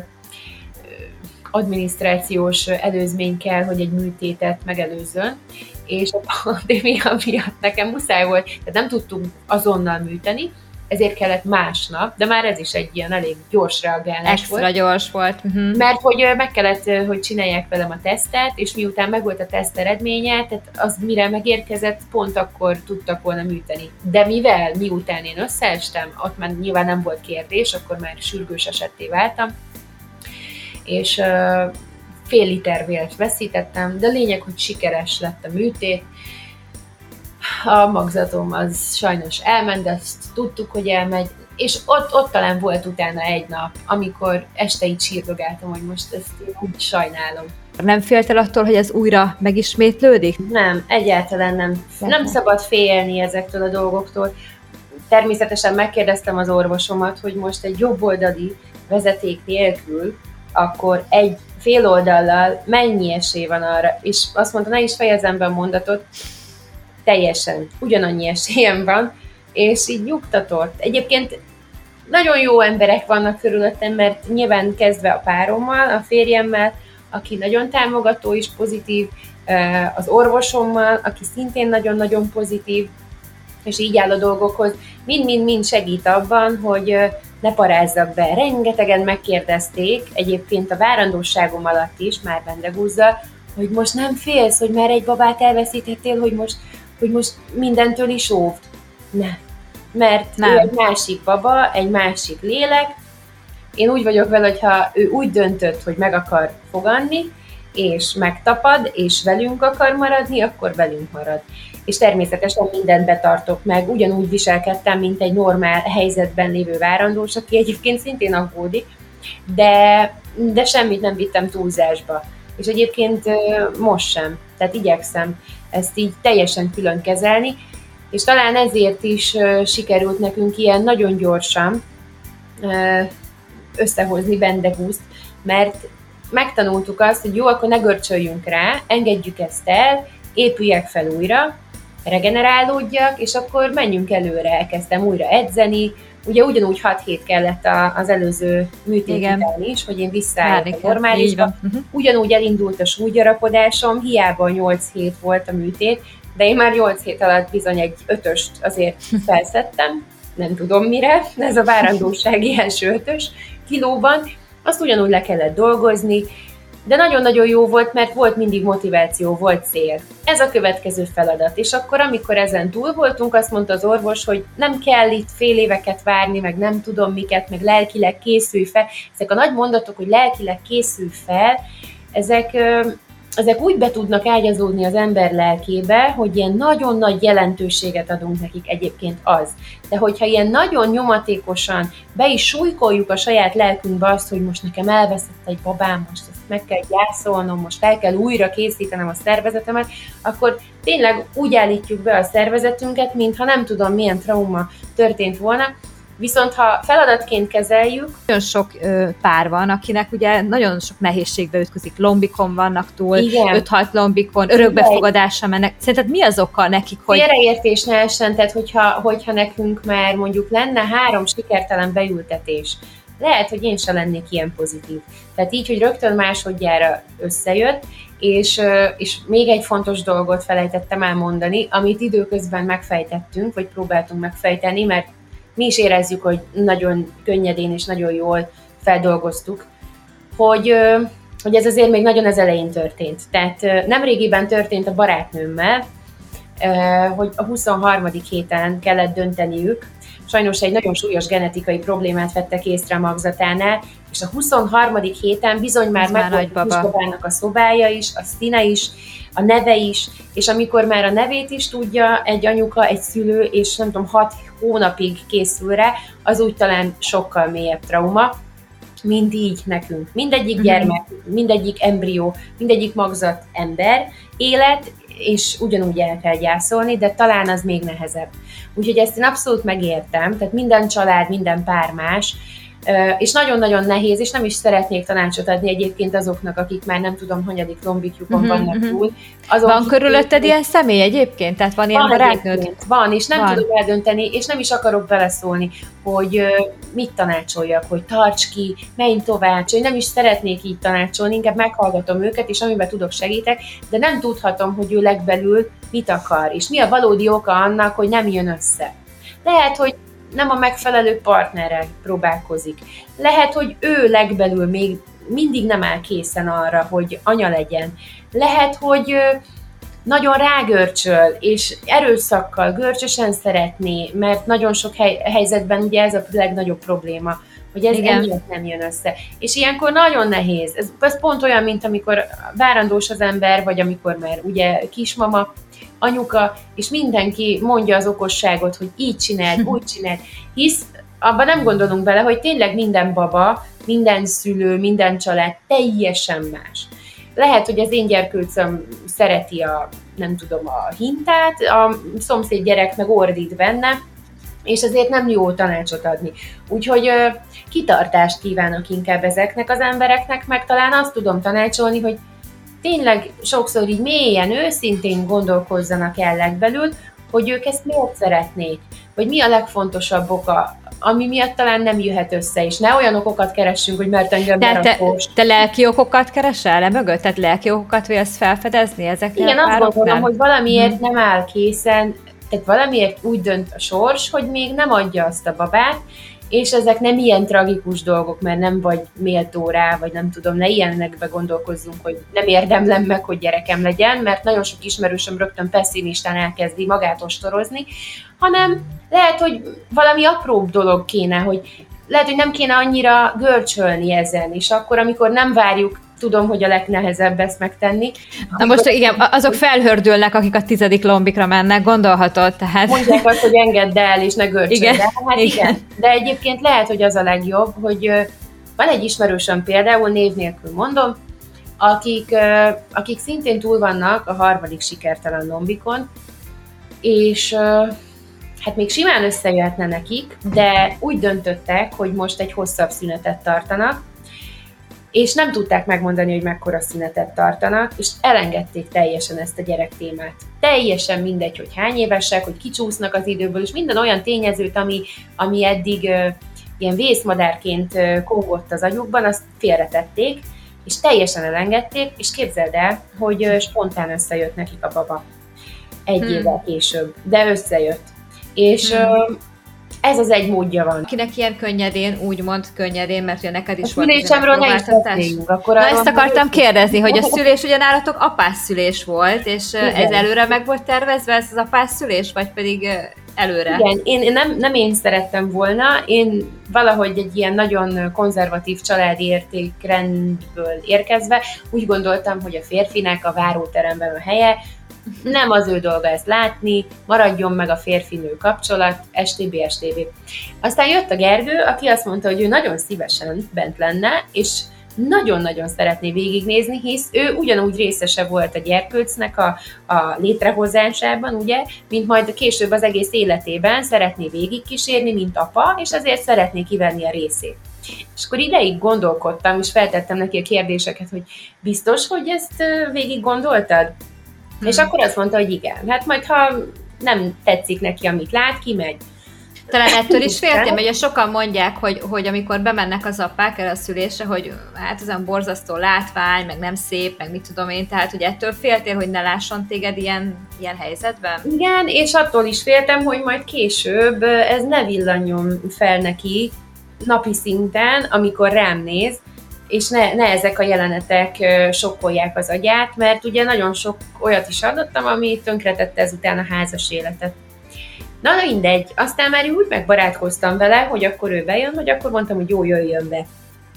Speaker 3: adminisztrációs előzmény kell, hogy egy műtétet megelőzzön, és a pandémia miatt nekem muszáj volt, tehát nem tudtunk azonnal műteni, ezért kellett másnap, de már ez is egy ilyen elég gyors reagálás
Speaker 1: Extra
Speaker 3: volt.
Speaker 1: Extra gyors volt. Uh-huh.
Speaker 3: Mert hogy meg kellett, hogy csinálják velem a tesztet, és miután megvolt a teszt eredménye, tehát az mire megérkezett, pont akkor tudtak volna műteni. De mivel miután én összeestem, ott már nyilván nem volt kérdés, akkor már sürgős esetté váltam, és uh, fél liter vért veszítettem, de lényeg, hogy sikeres lett a műtét. A magzatom az sajnos elment, de ezt tudtuk, hogy elmegy, és ott, ott talán volt utána egy nap, amikor este így sírdogáltam, hogy most ezt én úgy sajnálom.
Speaker 1: Nem féltél attól, hogy ez újra megismétlődik?
Speaker 3: Nem, egyáltalán nem. Nem szabad félni ezektől a dolgoktól. Természetesen megkérdeztem az orvosomat, hogy most egy jobboldali vezeték nélkül, akkor egy fél oldallal mennyi esély van arra, és azt mondta, ne is fejezem be a mondatot, teljesen ugyanannyi esélyem van, és így nyugtatott. Egyébként nagyon jó emberek vannak körülöttem, mert nyilván kezdve a párommal, a férjemmel, aki nagyon támogató és pozitív, az orvosommal, aki szintén nagyon-nagyon pozitív, és így áll a dolgokhoz, mind-mind-mind segít abban, hogy ne parázzak be. Rengetegen megkérdezték, egyébként a várandóságom alatt is, már vendegúzzal, hogy most nem félsz, hogy már egy babát elveszítettél, hogy most, hogy most mindentől is óvd. Ne. Mert nem. Ő egy másik baba, egy másik lélek. Én úgy vagyok vele, hogyha ő úgy döntött, hogy meg akar foganni, és megtapad, és velünk akar maradni, akkor velünk marad. És természetesen mindent betartok meg, ugyanúgy viselkedtem, mint egy normál helyzetben lévő várandós, aki egyébként szintén aggódik, de, de semmit nem vittem túlzásba. És egyébként most sem, tehát igyekszem ezt így teljesen külön kezelni, és talán ezért is sikerült nekünk ilyen nagyon gyorsan összehozni Bendegúzt, mert megtanultuk azt, hogy jó, akkor ne görcsöljünk rá, engedjük ezt el, épüljek fel újra, regenerálódjak, és akkor menjünk előre, elkezdtem újra edzeni, ugye ugyanúgy hat hét kellett az előző műtét után is, hogy én visszaálljak a normálisba. Uh-huh. Ugyanúgy elindult a súlygyarapodásom, hiába nyolc hét volt a műtét, de én már nyolc hét alatt bizony egy ötöst azért felszedtem, nem tudom mire, ez a várandósági első ötös kilóban, azt ugyanúgy le kellett dolgozni, de nagyon-nagyon jó volt, mert volt mindig motiváció, volt cél. Ez a következő feladat. És akkor, amikor ezen túl voltunk, azt mondta az orvos, hogy nem kell itt fél éveket várni, meg nem tudom miket, meg lelkileg készülj fel. Ezek a nagy mondatok, hogy lelkileg készülj fel, ezek, ezek úgy be tudnak ágyazódni az ember lelkébe, hogy ilyen nagyon nagy jelentőséget adunk nekik, egyébként az. De hogyha ilyen nagyon nyomatékosan be is súlykoljuk a saját lelkünkbe azt, hogy most nekem elveszett egy babám, most ezt meg kell gyászolnom, most el kell újra készítenem a szervezetemet, akkor tényleg úgy állítjuk be a szervezetünket, mintha nem tudom milyen trauma történt volna. Viszont ha feladatként kezeljük...
Speaker 1: Nagyon sok ö, pár van, akinek ugye nagyon sok nehézségbe ütközik, lombikon vannak túl, öt-hat lombikon, örökbefogadásra mennek. Szerinted mi az oka nekik, hogy...
Speaker 3: Félreértés ne essen, tehát hogyha, hogyha nekünk már mondjuk lenne három sikertelen beültetés, lehet, hogy én se lennék ilyen pozitív. Tehát így, hogy rögtön másodjára összejött, és, és még egy fontos dolgot felejtettem elmondani, amit időközben megfejtettünk, vagy próbáltunk megfejteni, mert mi is érezzük, hogy nagyon könnyedén és nagyon jól feldolgoztuk, hogy, hogy ez azért még nagyon az elején történt. Tehát nemrégiben történt a barátnőmmel, hogy a huszonharmadik héten kellett dönteniük. Sajnos egy nagyon súlyos genetikai problémát vettek észre a magzatánál, és a huszonharmadik héten bizony már meg volt a kisbabának a szobája is, a színe is, a neve is, és amikor már a nevét is tudja egy anyuka, egy szülő, és nem tudom, hat hónapig készül rá, az úgy talán sokkal mélyebb trauma, mint így nekünk. Mindegyik gyermek, mindegyik embrió, mindegyik magzat ember, élet, és ugyanúgy el kell gyászolni, de talán az még nehezebb. Úgyhogy ezt én abszolút megértem, tehát minden család, minden pár más, és nagyon-nagyon nehéz, és nem is szeretnék tanácsot adni egyébként azoknak, akik már nem tudom, hanyadik lombikjukon uh-huh, vannak uh-huh. túl. Azon
Speaker 1: van körülötted ilyen személy egyébként? Tehát van ilyen barátnőd?
Speaker 3: Van, és nem van. Tudom eldönteni, és nem is akarok beleszólni, hogy uh, mit tanácsoljak, hogy tarts ki, menj tovább, én nem is szeretnék így tanácsolni, inkább meghallgatom őket, és amiben tudok segítek, de nem tudhatom, hogy ő legbelül mit akar, és mi a valódi oka annak, hogy nem jön össze. Lehet, hogy nem a megfelelő partnerrel próbálkozik. Lehet, hogy ő legbelül még mindig nem áll készen arra, hogy anya legyen. Lehet, hogy nagyon rágörcsöl, és erőszakkal, görcsösen szeretné, mert nagyon sok hely, helyzetben ugye ez a legnagyobb probléma, hogy ez emiatt nem jön össze. És ilyenkor nagyon nehéz. Ez, ez pont olyan, mint amikor várandós az ember, vagy amikor már ugye kismama, anyuka, és mindenki mondja az okosságot, hogy így csináld, úgy csináld, hisz abban nem gondolunk bele, hogy tényleg minden baba, minden szülő, minden család teljesen más. Lehet, hogy az én gyerkőcöm szereti a, nem tudom, a hintát, a szomszéd gyerek meg ordít benne, és ezért nem jó tanácsot adni. Úgyhogy ö, kitartást kívánok inkább ezeknek az embereknek, meg talán azt tudom tanácsolni, hogy tényleg sokszor így mélyen, őszintén gondolkozzanak el legbelül, hogy ők ezt miért szeretnék, vagy mi a legfontosabb oka, ami miatt talán nem jöhet össze, és ne olyan okokat keressünk, hogy mert engem berakós.
Speaker 1: Te, te lelki okokat keresel le mögött? Tehát lelki okokat vélsz felfedezni ezeknél?
Speaker 3: Igen, azt gondolom, hogy valamiért hmm. nem áll készen, tehát valamiért úgy dönt a sors, hogy még nem adja azt a babát, és ezek nem ilyen tragikus dolgok, mert nem vagy méltó rá, vagy nem tudom, ne ilyenekbe gondolkozzunk, hogy nem érdemlem meg, hogy gyerekem legyen, mert nagyon sok ismerősöm rögtön pessimistán elkezdi magát ostorozni, hanem lehet, hogy valami apróbb dolog kéne, hogy lehet, hogy nem kéne annyira görcsölni ezen, és akkor, amikor nem várjuk, tudom, hogy a legnehezebb ezt megtenni.
Speaker 1: Na most igen, azok felhördülnek, akik a tizedik lombikra mennek, gondolhatod, tehát...
Speaker 3: Mondják azt, hogy engedd el, és ne görcsölj, de hát igen. igen. De egyébként lehet, hogy az a legjobb, hogy van egy ismerősöm például, név nélkül mondom, akik, akik szintén túl vannak a harmadik sikertelen lombikon, és hát még simán összejöhetne nekik, de úgy döntöttek, hogy most egy hosszabb szünetet tartanak, és nem tudták megmondani, hogy mekkora szünetet tartanak, és elengedték teljesen ezt a gyerek témát. Teljesen mindegy, hogy hány évesek, hogy kicsúsznak az időből, és minden olyan tényezőt, ami, ami eddig uh, ilyen vészmadárként uh, kógott az agyukban, azt félretették, és teljesen elengedték, és képzeld el, hogy uh, spontán összejött nekik a baba. Egy hmm. évvel később, de összejött. És hmm. uh, ez az egy módja van.
Speaker 1: Akinek ilyen könnyedén, úgymond könnyedén, mert ugye neked is
Speaker 3: a volt ez a próbáltatás.
Speaker 1: Na ezt akartam kérdezni, hogy a szülés ugye nálatok apás szülés volt, és igen. Ez előre meg volt tervezve, ez az apás szülés, vagy pedig előre.
Speaker 3: Igen, én nem, nem én szerettem volna, én valahogy egy ilyen nagyon konzervatív családi értékrendből érkezve úgy gondoltam, hogy a férfinek a váróteremben a helye, nem az ő dolga ezt látni, maradjon meg a férfi-nő kapcsolat, stb. stb. Aztán jött a Gergő, aki azt mondta, hogy ő nagyon szívesen bent lenne, és nagyon-nagyon szeretné végignézni, hisz ő ugyanúgy részese volt a gyerkőcnek a, a létrehozásában, ugye, mint majd később az egész életében szeretné végigkísérni, mint apa, és azért szeretné kivenni a részét. És akkor ideig gondolkodtam, és feltettem neki a kérdéseket, hogy biztos, hogy ezt végig gondoltad? Hmm. És akkor azt mondta, hogy igen. Hát majd, ha nem tetszik neki, amit lát, kimegy.
Speaker 1: Talán ettől is féltél, mert sokan mondják, hogy, hogy amikor bemennek az apák erre a szülésre, hogy hát az olyan borzasztó látvány, meg nem szép, meg mit tudom én, tehát hogy ettől féltél, hogy ne lásson téged ilyen, ilyen helyzetben?
Speaker 3: Igen, és attól is féltem, hogy majd később ez ne villanjon fel neki napi szinten, amikor rám néz, és ne, ne ezek a jelenetek sokkolják az agyát, mert ugye nagyon sok olyat is adottam, ami tönkretette ezután a házas életet. Na, na mindegy, aztán már úgy megbarátkoztam vele, hogy akkor ő bejön, hogy akkor mondtam, hogy jó, jöjjön be.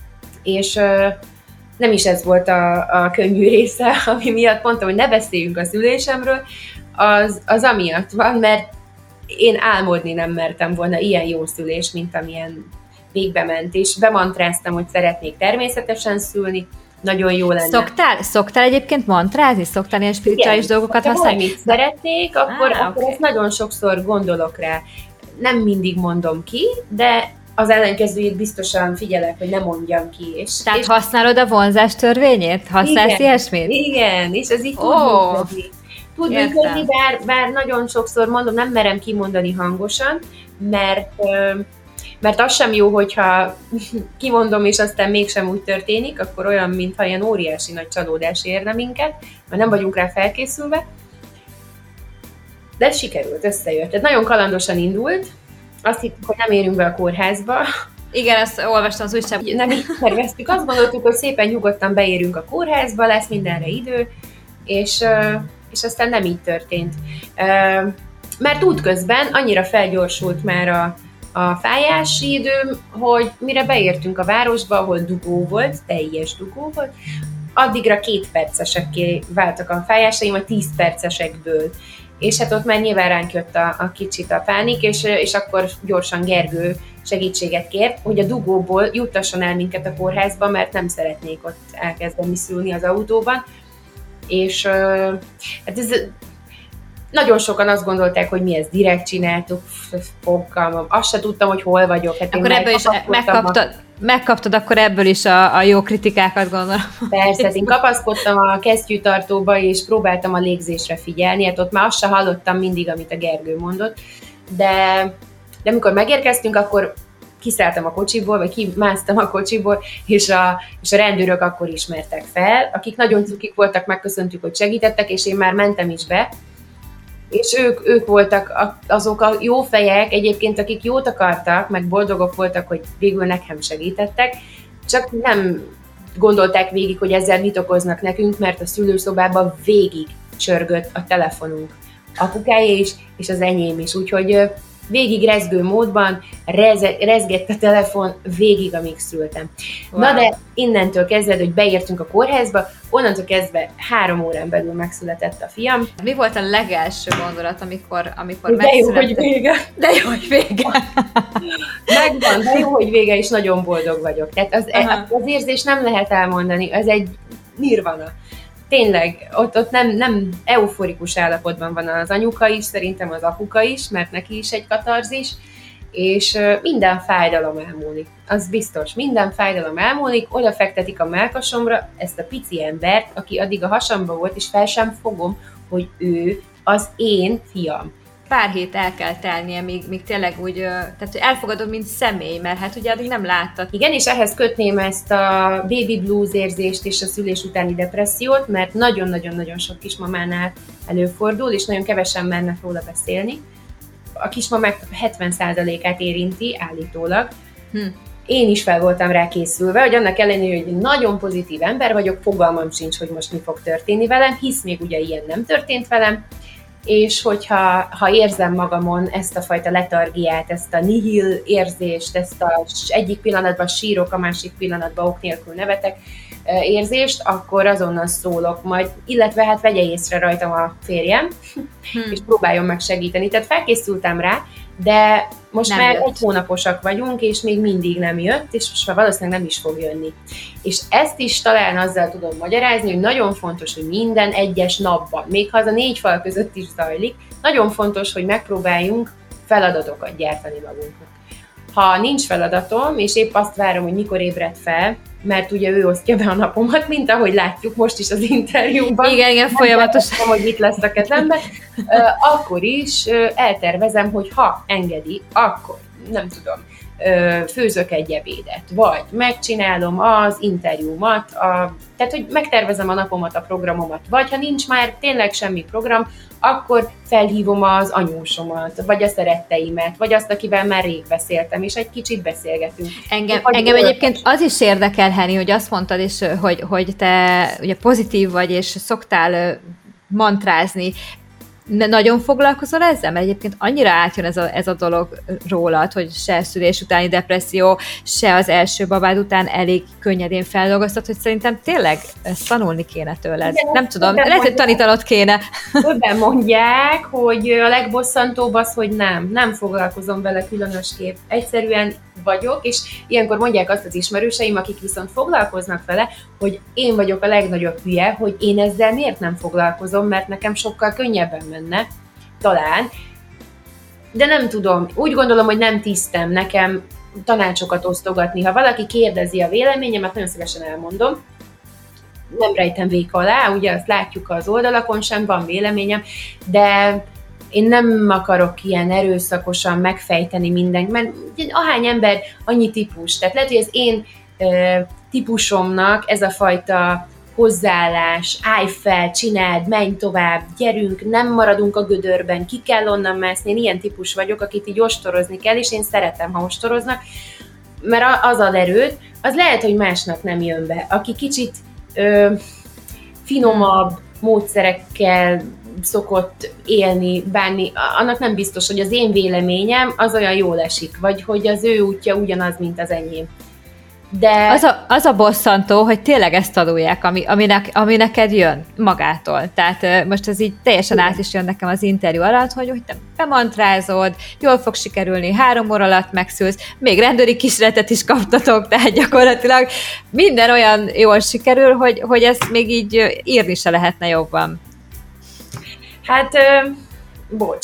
Speaker 3: És uh, nem is ez volt a, a könnyű része, ami miatt mondtam, hogy ne beszéljünk a szülésemről, az, az amiatt van, mert én álmodni nem mertem volna ilyen jó szülés, mint amilyen végbe ment, és bemantráztam, hogy szeretnék természetesen szülni, nagyon jó lenne.
Speaker 1: Szoktál, szoktál egyébként mantrázni? Szoktál ilyen spirituális
Speaker 3: Igen,
Speaker 1: dolgokat
Speaker 3: ha
Speaker 1: használni?
Speaker 3: valamit szeretnék, akkor,
Speaker 1: ah,
Speaker 3: akkor
Speaker 1: okay.
Speaker 3: ezt nagyon sokszor gondolok rá. Nem mindig mondom ki, de az ellenkezőjét biztosan figyelek, hogy ne mondjam ki. És,
Speaker 1: Tehát
Speaker 3: és
Speaker 1: használod a vonzás törvényét? Használsz
Speaker 3: igen,
Speaker 1: ilyesmit?
Speaker 3: Igen, és ez így tud
Speaker 1: oh,
Speaker 3: működni. Tud működni, bár, bár nagyon sokszor mondom, nem merem kimondani hangosan, mert... Mert az sem jó, hogyha kimondom, és aztán mégsem úgy történik, akkor olyan, mintha ilyen óriási nagy csalódás érne minket, mert nem vagyunk rá felkészülve. De sikerült, összejött. Tehát nagyon kalandosan indult. Azt hittük, hogy nem érünk be a kórházba.
Speaker 1: Igen, ezt olvastam az újságban.
Speaker 3: Nem így terveztük. Azt gondoltuk, hogy szépen nyugodtan beérünk a kórházba, lesz mindenre idő, és, és aztán nem így történt. Mert útközben annyira felgyorsult már a a fájási időm, hogy mire beértünk a városba, ahol dugó volt, teljes dugó volt, addigra két percesekké váltak a fájásaim a tíz percesekből. És hát ott már nyilván ránk jött a, a kicsit a pánik, és, és akkor gyorsan Gergő segítséget kért, hogy a dugóból juttasson el minket a kórházba, mert nem szeretnék ott elkezdeni szülni az autóban. És hát ez... Nagyon sokan azt gondolták, hogy mi ezt direkt csináltuk, fogalmam, azt se tudtam, hogy hol vagyok. Hát
Speaker 1: akkor ebből is megkaptad, a... megkaptad akkor ebből is a, a jó kritikákat, gondolom.
Speaker 3: Persze, hát én kapaszkodtam a kesztyűtartóba, és próbáltam a légzésre figyelni, hát ott már azt se hallottam mindig, amit a Gergő mondott, de, de amikor megérkeztünk, akkor kiszálltam a kocsiból, vagy kimásztam a kocsiból, és a, és a rendőrök akkor ismertek fel, akik nagyon cukik voltak, megköszöntük, hogy segítettek, és én már mentem is be, és ők, ők voltak azok a jó fejek egyébként, akik jót akartak, meg boldogok voltak, hogy végül nekem segítettek, csak nem gondolták végig, hogy ezzel mit okoznak nekünk, mert a szülőszobában végig csörgött a telefonunk. Apukáé is, és az enyém is, úgyhogy végig rezgő módban reze, rezgett a telefon végig, amíg szültem. Wow. Na de innentől kezdve, hogy beértünk a kórházba, onnantól kezdve három órán belül megszületett a fiam.
Speaker 1: Mi volt a legelső gondolat, amikor, amikor
Speaker 3: de
Speaker 1: megszületett?
Speaker 3: De jó, hogy vége.
Speaker 1: De jó, hogy vége.
Speaker 3: Megvan, de jó, hogy vége, és nagyon boldog vagyok. Tehát az, az érzés nem lehet elmondani, az egy nirvana. Tényleg, ott, ott nem, nem euforikus állapotban van az anyuka is, szerintem az apuka is, mert neki is egy katarzis, és minden fájdalom elmúlik. Az biztos, minden fájdalom elmúlik, oda fektetik a mellkasomra ezt a pici embert, aki addig a hasamba volt, és fel sem fogom, hogy ő az én fiam.
Speaker 1: Pár hét el kell telnie, míg, míg tényleg úgy, tehát hogy elfogadod, mint személy, mert hát ugye addig nem láttad.
Speaker 3: Igen, és ehhez kötném ezt a baby blues érzést és a szülés utáni depressziót, mert nagyon-nagyon-nagyon sok kismamánál előfordul, és nagyon kevesen mernek róla beszélni. A kismamák hetven százalékát érinti állítólag. Hm. Én is fel voltam rá készülve, hogy annak ellenére, hogy nagyon pozitív ember vagyok, fogalmam sincs, hogy most mi fog történni velem, hisz még ugye ilyen nem történt velem, és hogyha ha érzem magamon ezt a fajta letargiát, ezt a nihil érzést, ezt a egyik pillanatban sírok, a másik pillanatban ok nélkül nevetek érzést, akkor azonnal szólok majd, illetve hát vegye észre rajtam a férjem, hmm. és próbáljon meg segíteni. Tehát felkészültem rá, de most nem már jött. Egy hónaposak vagyunk, és még mindig nem jött, és most már valószínűleg nem is fog jönni. És ezt is talán azzal tudom magyarázni, hogy nagyon fontos, hogy minden egyes napban, még ha az a négy fal között is zajlik, nagyon fontos, hogy megpróbáljunk feladatokat gyártani magunknak. Ha nincs feladatom, és épp azt várom, hogy mikor ébred fel, mert ugye ő osztja be a napomat, mint ahogy látjuk most is az interjúban.
Speaker 1: Igen, igen, folyamatosan.
Speaker 3: hogy itt lesz a kezemben. Akkor is eltervezem, hogy ha engedi, akkor, nem tudom, főzök egy ebédet, vagy megcsinálom az interjúmat, a, tehát, hogy megtervezem a napomat, a programomat, vagy ha nincs már tényleg semmi program, akkor felhívom az anyósomat, vagy a szeretteimet, vagy azt, akivel már rég beszéltem, és egy kicsit beszélgetünk.
Speaker 1: Engem, engem egyébként az is érdekel, Henny, hogy azt mondtad is, hogy, hogy te ugye pozitív vagy, és szoktál mantrázni. Nagyon foglalkozol ezzel? Mert egyébként annyira átjön ez a, ez a dolog rólad, hogy se szülés utáni depresszió, se az első babád után elég könnyedén feldolgoztad, hogy szerintem tényleg ezt tanulni kéne tőled. Igen, nem tudom, lehet, hogy tanítanod kéne.
Speaker 3: Többen mondják, hogy a legbosszantóbb az, hogy nem, nem foglalkozom vele különösképp. Egyszerűen vagyok, és ilyenkor mondják azt az ismerőseim, akik viszont foglalkoznak vele, hogy én vagyok a legnagyobb hülye, hogy én ezzel miért nem foglalkozom, mert nekem sokkal könnyebben menne, talán. De nem tudom, úgy gondolom, hogy nem tisztem nekem tanácsokat osztogatni. Ha valaki kérdezi a véleményemet, nagyon szívesen elmondom. Nem rejtem véka alá, ugye azt látjuk az oldalakon sem, van véleményem, de én nem akarok ilyen erőszakosan megfejteni mindent, mert ahány ember, annyi típus. Tehát lehet, hogy az én e, típusomnak ez a fajta hozzáállás, állj fel, csináld, menj tovább, gyerünk, nem maradunk a gödörben, ki kell onnan mászni. Én ilyen típus vagyok, akit így ostorozni kell, és én szeretem, ha ostoroznak, mert az ad erőt, az lehet, hogy másnak nem jön be. Aki kicsit ö, finomabb módszerekkel szokott élni, bánni, annak nem biztos, hogy az én véleményem az olyan jól esik, vagy hogy az ő útja ugyanaz, mint az enyém. De...
Speaker 1: Az a, az a bosszantó, hogy tényleg ezt tanulják, ami, ami, ne, ami neked jön magától. Tehát most ez így teljesen át is jön nekem az interjú alatt, hogy, hogy te bemantrázod, jól fog sikerülni, három óra alatt megszülsz, még rendőri kísérletet is kaptatok, tehát gyakorlatilag minden olyan jól sikerül, hogy, hogy ezt még így írni se lehetne jobban.
Speaker 3: Hát... Ö... Bocs.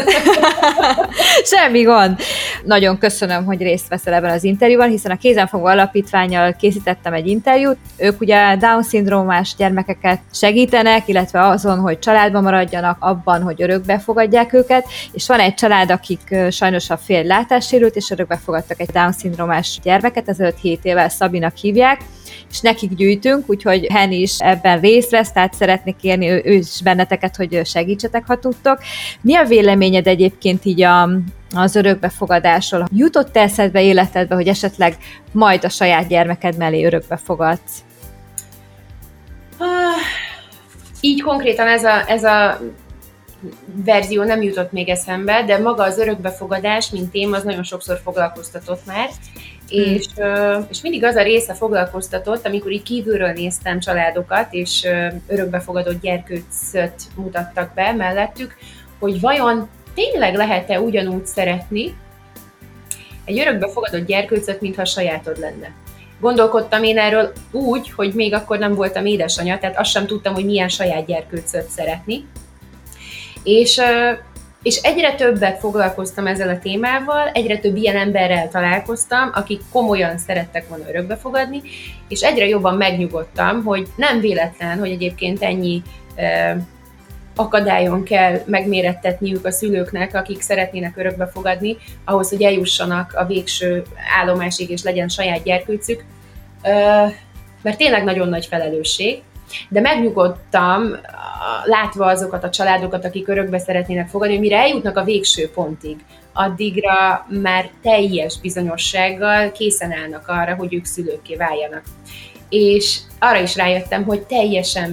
Speaker 1: Semmi gond. Nagyon köszönöm, hogy részt veszel ebben az interjúban, hiszen a Kézenfogó Alapítvánnyal készítettem egy interjút. Ők ugye Down-szindrómás gyermekeket segítenek, illetve azon, hogy családban maradjanak, abban, hogy örökbe fogadják őket, és van egy család, akik sajnos a férj látássérült, és örökbe fogadtak egy Down-szindrómás gyermeket, ezelőtt hét évvel Szabinak hívják, és nekik gyűjtünk, úgyhogy Henny is ebben részt vesz, tehát szeretnék kérni ő, ő is benneteket, hogy segítsetek, ha tudtok. Mi a véleményed egyébként így a, az örökbefogadásról? Jutott eszedbe, életedbe, hogy esetleg majd a saját gyermeked mellé örökbefogadsz?
Speaker 3: Ah, így konkrétan ez a, ez a verzió nem jutott még eszembe, de maga az örökbefogadás, mint téma, az nagyon sokszor foglalkoztatott már, hmm. és, és mindig az a része foglalkoztatott, amikor így kívülről néztem családokat, és örökbefogadott gyerkőcöt mutattak be mellettük, hogy vajon tényleg lehet-e ugyanúgy szeretni egy örökbefogadott gyerkőcöt, mintha sajátod lenne. Gondolkodtam én erről úgy, hogy még akkor nem voltam édesanyja, tehát azt sem tudtam, hogy milyen saját gyerkőcöt szeretni. És, és egyre többet foglalkoztam ezzel a témával, egyre több ilyen emberrel találkoztam, akik komolyan szerettek volna örökbefogadni, és egyre jobban megnyugodtam, hogy nem véletlen, hogy egyébként ennyi akadályon kell megmérettetniük a szülőknek, akik szeretnének örökbefogadni, ahhoz, hogy eljussanak a végső állomásig, és legyen saját gyerkőcük, mert tényleg nagyon nagy felelősség. De megnyugodtam, látva azokat a családokat, akik örökbe szeretnének fogadni, hogy mire eljutnak a végső pontig, addigra már teljes bizonyossággal készen állnak arra, hogy ők szülőkké váljanak. És arra is rájöttem, hogy teljesen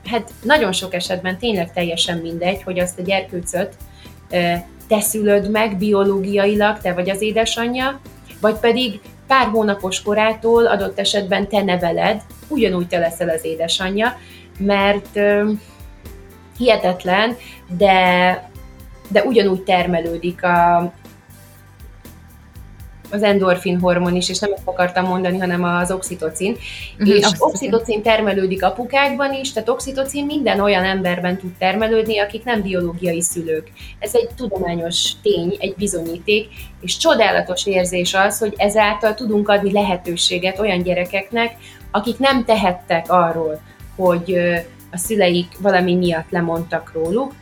Speaker 3: hát nagyon sok esetben tényleg teljesen mindegy, hogy azt a gyerkőcöt te szülöd meg biológiailag, te vagy az édesanyja, vagy pedig pár hónapos korától adott esetben te neveled, ugyanúgy te leszel az édesanyja, mert uh, hihetetlen, de, de ugyanúgy termelődik a, az endorfin hormon is, és nem ezt akartam mondani, hanem az oxitocin. Uh-huh, és oxitocin. oxitocin termelődik apukákban is, tehát oxitocin minden olyan emberben tud termelődni, akik nem biológiai szülők. Ez egy tudományos tény, egy bizonyíték, és csodálatos érzés az, hogy ezáltal tudunk adni lehetőséget olyan gyerekeknek, akik nem tehettek arról, hogy a szüleik valami miatt lemondtak róluk,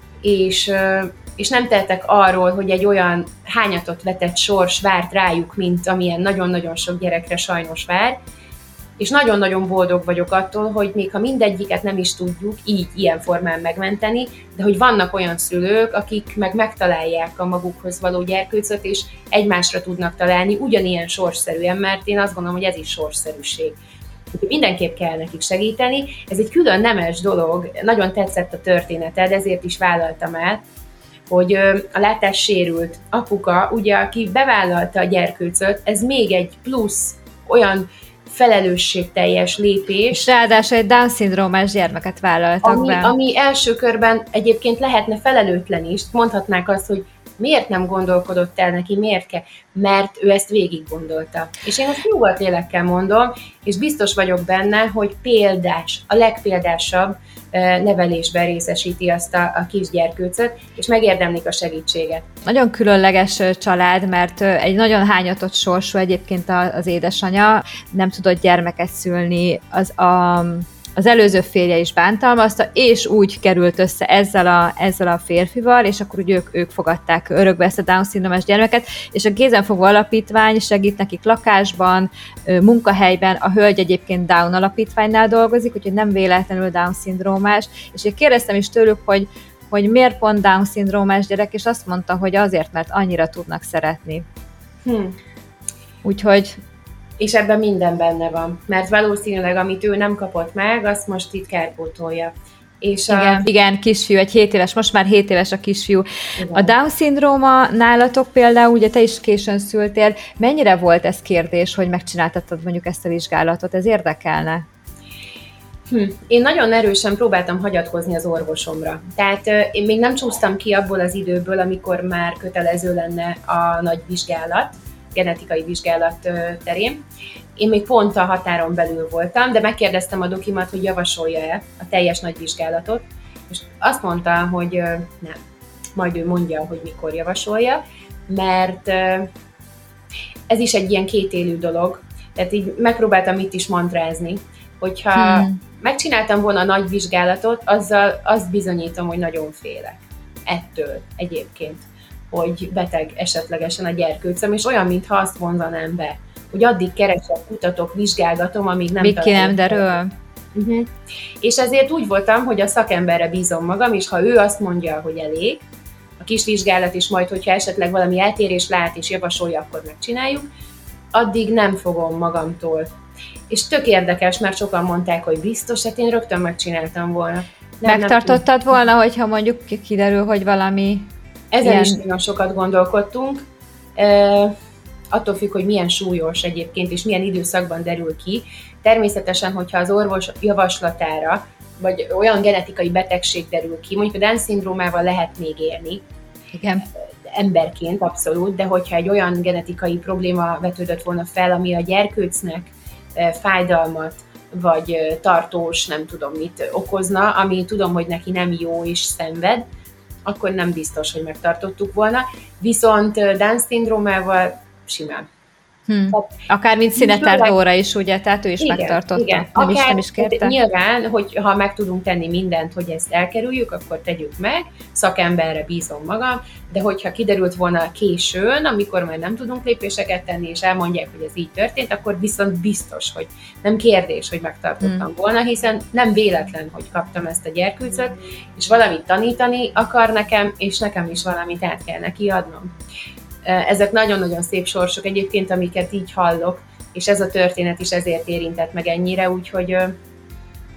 Speaker 3: és és nem tehetek arról, hogy egy olyan hányatot vetett sors várt rájuk, mint amilyen nagyon-nagyon sok gyerekre sajnos vár, és nagyon-nagyon boldog vagyok attól, hogy még ha mindegyiket nem is tudjuk így, ilyen formán megmenteni, de hogy vannak olyan szülők, akik meg megtalálják a magukhoz való gyerkőcöt, és egymásra tudnak találni ugyanilyen sorsszerűen, mert én azt gondolom, hogy ez is sorsszerűség. Úgyhogy mindenképp kell nekik segíteni. Ez egy külön nemes dolog, nagyon tetszett a történeted, ezért is vállaltam el, hogy a látássérült apuka, ugye, aki bevállalta a gyerkőcöt, ez még egy plusz olyan felelősségteljes lépés.
Speaker 1: És ráadásul egy Down-szindrómás gyermeket vállaltak
Speaker 3: ami,
Speaker 1: be.
Speaker 3: Ami első körben egyébként lehetne felelőtlen is, mondhatnák azt, hogy miért nem gondolkodott el neki, miért kell, mert ő ezt végig gondolta. És én ezt nyugodt lélekkel mondom, és biztos vagyok benne, hogy példás, a legpéldásabb nevelésben részesíti azt a, a kisgyerkőcöt, és megérdemlik a segítséget.
Speaker 1: Nagyon különleges család, mert egy nagyon hányatott sorsú egyébként az édesanyja, nem tudott gyermeket szülni, az a... az előző férje is bántalmazta, és úgy került össze ezzel a, ezzel a férfival, és akkor úgy ők, ők fogadták örökbe ezt a Down-szindrómás gyermeket, és a Kézenfogó Alapítvány segít nekik lakásban, munkahelyben, a hölgy egyébként Down alapítványnál dolgozik, úgyhogy nem véletlenül Down-szindrómás, és én kérdeztem is tőlük, hogy, hogy miért pont Down-szindrómás gyerek, és azt mondta, hogy azért, mert annyira tudnak szeretni.
Speaker 3: Hm.
Speaker 1: Úgyhogy
Speaker 3: és ebben minden benne van, mert valószínűleg, amit ő nem kapott meg, azt most itt kárpótolja. És a...
Speaker 1: igen, igen, kisfiú, egy hét éves, most már hét éves a kisfiú. Igen. A Down-szindróma nálatok például, ugye te is későn szültél, mennyire volt ez kérdés, hogy megcsináltattad mondjuk ezt a vizsgálatot? Ez érdekelne?
Speaker 3: Hm. Én nagyon erősen próbáltam hagyatkozni az orvosomra. Tehát euh, én még nem csúsztam ki abból az időből, amikor már kötelező lenne a nagy vizsgálat, genetikai vizsgálat terén. Én még pont a határon belül voltam, de megkérdeztem a dokimat, hogy javasolja-e a teljes nagy vizsgálatot, és azt mondta, hogy nem. Majd ő mondja, hogy mikor javasolja, mert ez is egy ilyen kétélű dolog. Tehát így megpróbáltam itt is mantrázni, hogyha hmm. megcsináltam volna a nagy vizsgálatot, azzal azt bizonyítom, hogy nagyon félek ettől egyébként, hogy beteg esetlegesen a gyerkőcöm, és olyan, mintha azt mondanám be, hogy addig keresek, kutatok, vizsgálgatom, amíg nem
Speaker 1: Még ki nem derül.
Speaker 3: Uh-huh. És ezért úgy voltam, hogy a szakemberre bízom magam, és ha ő azt mondja, hogy elég, a kis vizsgálat is majd, hogyha esetleg valami eltérés lát és javasolja, akkor megcsináljuk, addig nem fogom magamtól. És tök érdekes, mert sokan mondták, hogy biztos, hát én rögtön megcsináltam volna. Nem,
Speaker 1: Megtartottad nem volna, hogyha mondjuk kiderül, hogy valami...
Speaker 3: Ezen ilyen... is nagyon sokat gondolkodtunk. E, attól függ, hogy milyen súlyos egyébként, és milyen időszakban derül ki. Természetesen, hogyha az orvos javaslatára, vagy olyan genetikai betegség derül ki, mondjuk a Down-szindrómával lehet még élni.
Speaker 1: Igen.
Speaker 3: Emberként abszolút, de hogyha egy olyan genetikai probléma vetődött volna fel, ami a gyerkőcnek fájdalmat, vagy tartós, nem tudom mit okozna, ami tudom, hogy neki nem jó és szenved, akkor nem biztos, hogy megtartottuk volna. Viszont Down-szindrómával simán.
Speaker 1: Hmm. Akár mint Szineter Dóra is, ugye? Tehát ő is igen, megtartotta.
Speaker 3: Igen.
Speaker 1: Nem
Speaker 3: Akár,
Speaker 1: is, nem is kérte.
Speaker 3: Nyilván, hogy ha meg tudunk tenni mindent, hogy ezt elkerüljük, akkor tegyük meg, szakemberre bízom magam, de hogyha kiderült volna későn, amikor már nem tudunk lépéseket tenni, és elmondják, hogy ez így történt, akkor viszont biztos, hogy nem kérdés, hogy megtartottam hmm. volna, hiszen nem véletlen, hogy kaptam ezt a gyerkőcöt, és valamit tanítani akar nekem, és nekem is valamit át kell neki adnom. Ezek nagyon-nagyon szép sorsok egyébként, amiket így hallok, és ez a történet is ezért érintett meg ennyire, úgyhogy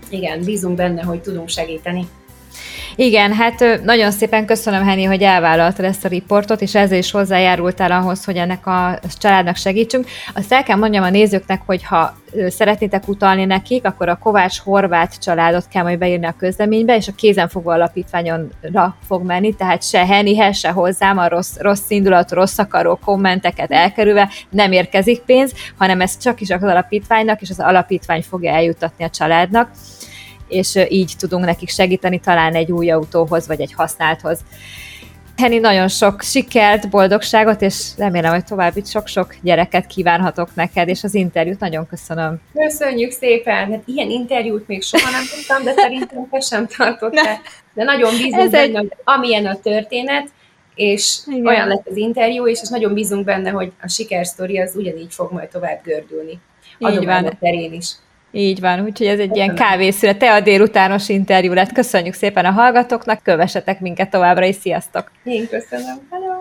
Speaker 3: Igen, bízunk benne, hogy tudunk segíteni.
Speaker 1: Igen, hát nagyon szépen köszönöm, Henny, hogy elvállaltad ezt a riportot, és ezzel is hozzájárultál ahhoz, hogy ennek a családnak segítsünk. Azt el kell mondjam a nézőknek, hogy ha szeretnétek utalni nekik, akkor a Kovács Horváth családot kell majd beírni a közleménybe, és a Kézenfogó Alapítványonra fog menni, tehát se Hennyhez, se hozzám a rossz, rossz indulatú, rossz akaró kommenteket elkerülve nem érkezik pénz, hanem ez csak is az alapítványnak, és az alapítvány fogja eljuttatni a családnak, és így tudunk nekik segíteni talán egy új autóhoz, vagy egy használthoz. Henny, nagyon sok sikert, boldogságot, és remélem, hogy további sok-sok gyereket kívánhatok neked, és az interjút nagyon köszönöm.
Speaker 3: Köszönjük szépen! Hát ilyen interjút még soha nem tudtam, de szerintem te sem tartottál. De nagyon bízunk benne, egy... hogy amilyen a történet, és igen, olyan lett az interjú, és, és nagyon bízunk benne, hogy a sikersztori az ugyanígy fog majd tovább gördülni. Adományok terén is.
Speaker 1: Így van, úgyhogy ez egy Köszönöm. Ilyen kávészület, te a délutános interjú lett. Köszönjük szépen a hallgatóknak, kövessetek minket továbbra is, sziasztok!
Speaker 3: Én köszönöm, hello!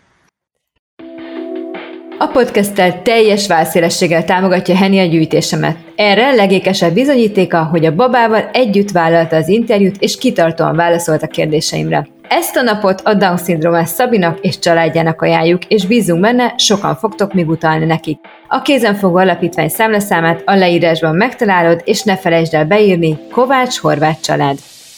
Speaker 1: A podcasttel teljes válszélességgel támogatja Henny a gyűjtésemet. Erre legékesebb bizonyítéka, hogy a babával együtt vállalta az interjút, és kitartóan válaszolt a kérdéseimre. Ezt a napot a Down-szindrómás Szabinak és családjának ajánljuk, és bízunk benne, sokan fogtok még utalni nekik. A Kézenfogó Alapítvány számlaszámát a leírásban megtalálod, és ne felejtsd el beírni Kovács Horváth család.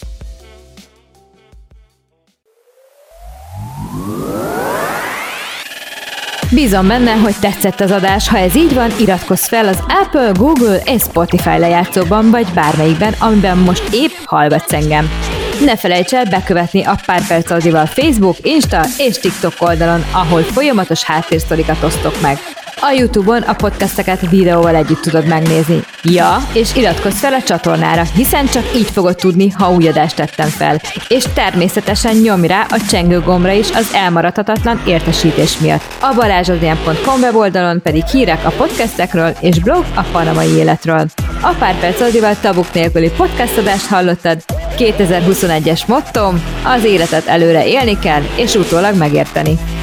Speaker 1: Bízom benne, hogy tetszett az adás, ha ez így van, iratkozz fel az Apple, Google és Spotify lejátszóban, vagy bármelyikben, amiben most épp hallgatsz engem. Ne felejts el bekövetni a Pár Perc Audival Facebook, Insta és TikTok oldalon, ahol folyamatos háttérsztorikat osztok meg. A YouTube-on a podcasteket videóval együtt tudod megnézni. Ja, és iratkozz fel a csatornára, hiszen csak így fogod tudni, ha új adást tettem fel. És természetesen nyomj rá a csengő gombra is az elmaradhatatlan értesítés miatt. A balázsadrián pont com weboldalon pedig hírek a podcastekről és blog a panamai életről. A Pár Perc Audival tabuk nélküli podcastadást hallottad. kétezer-huszonegyes mottóm: az életet előre élni kell, és utólag megérteni.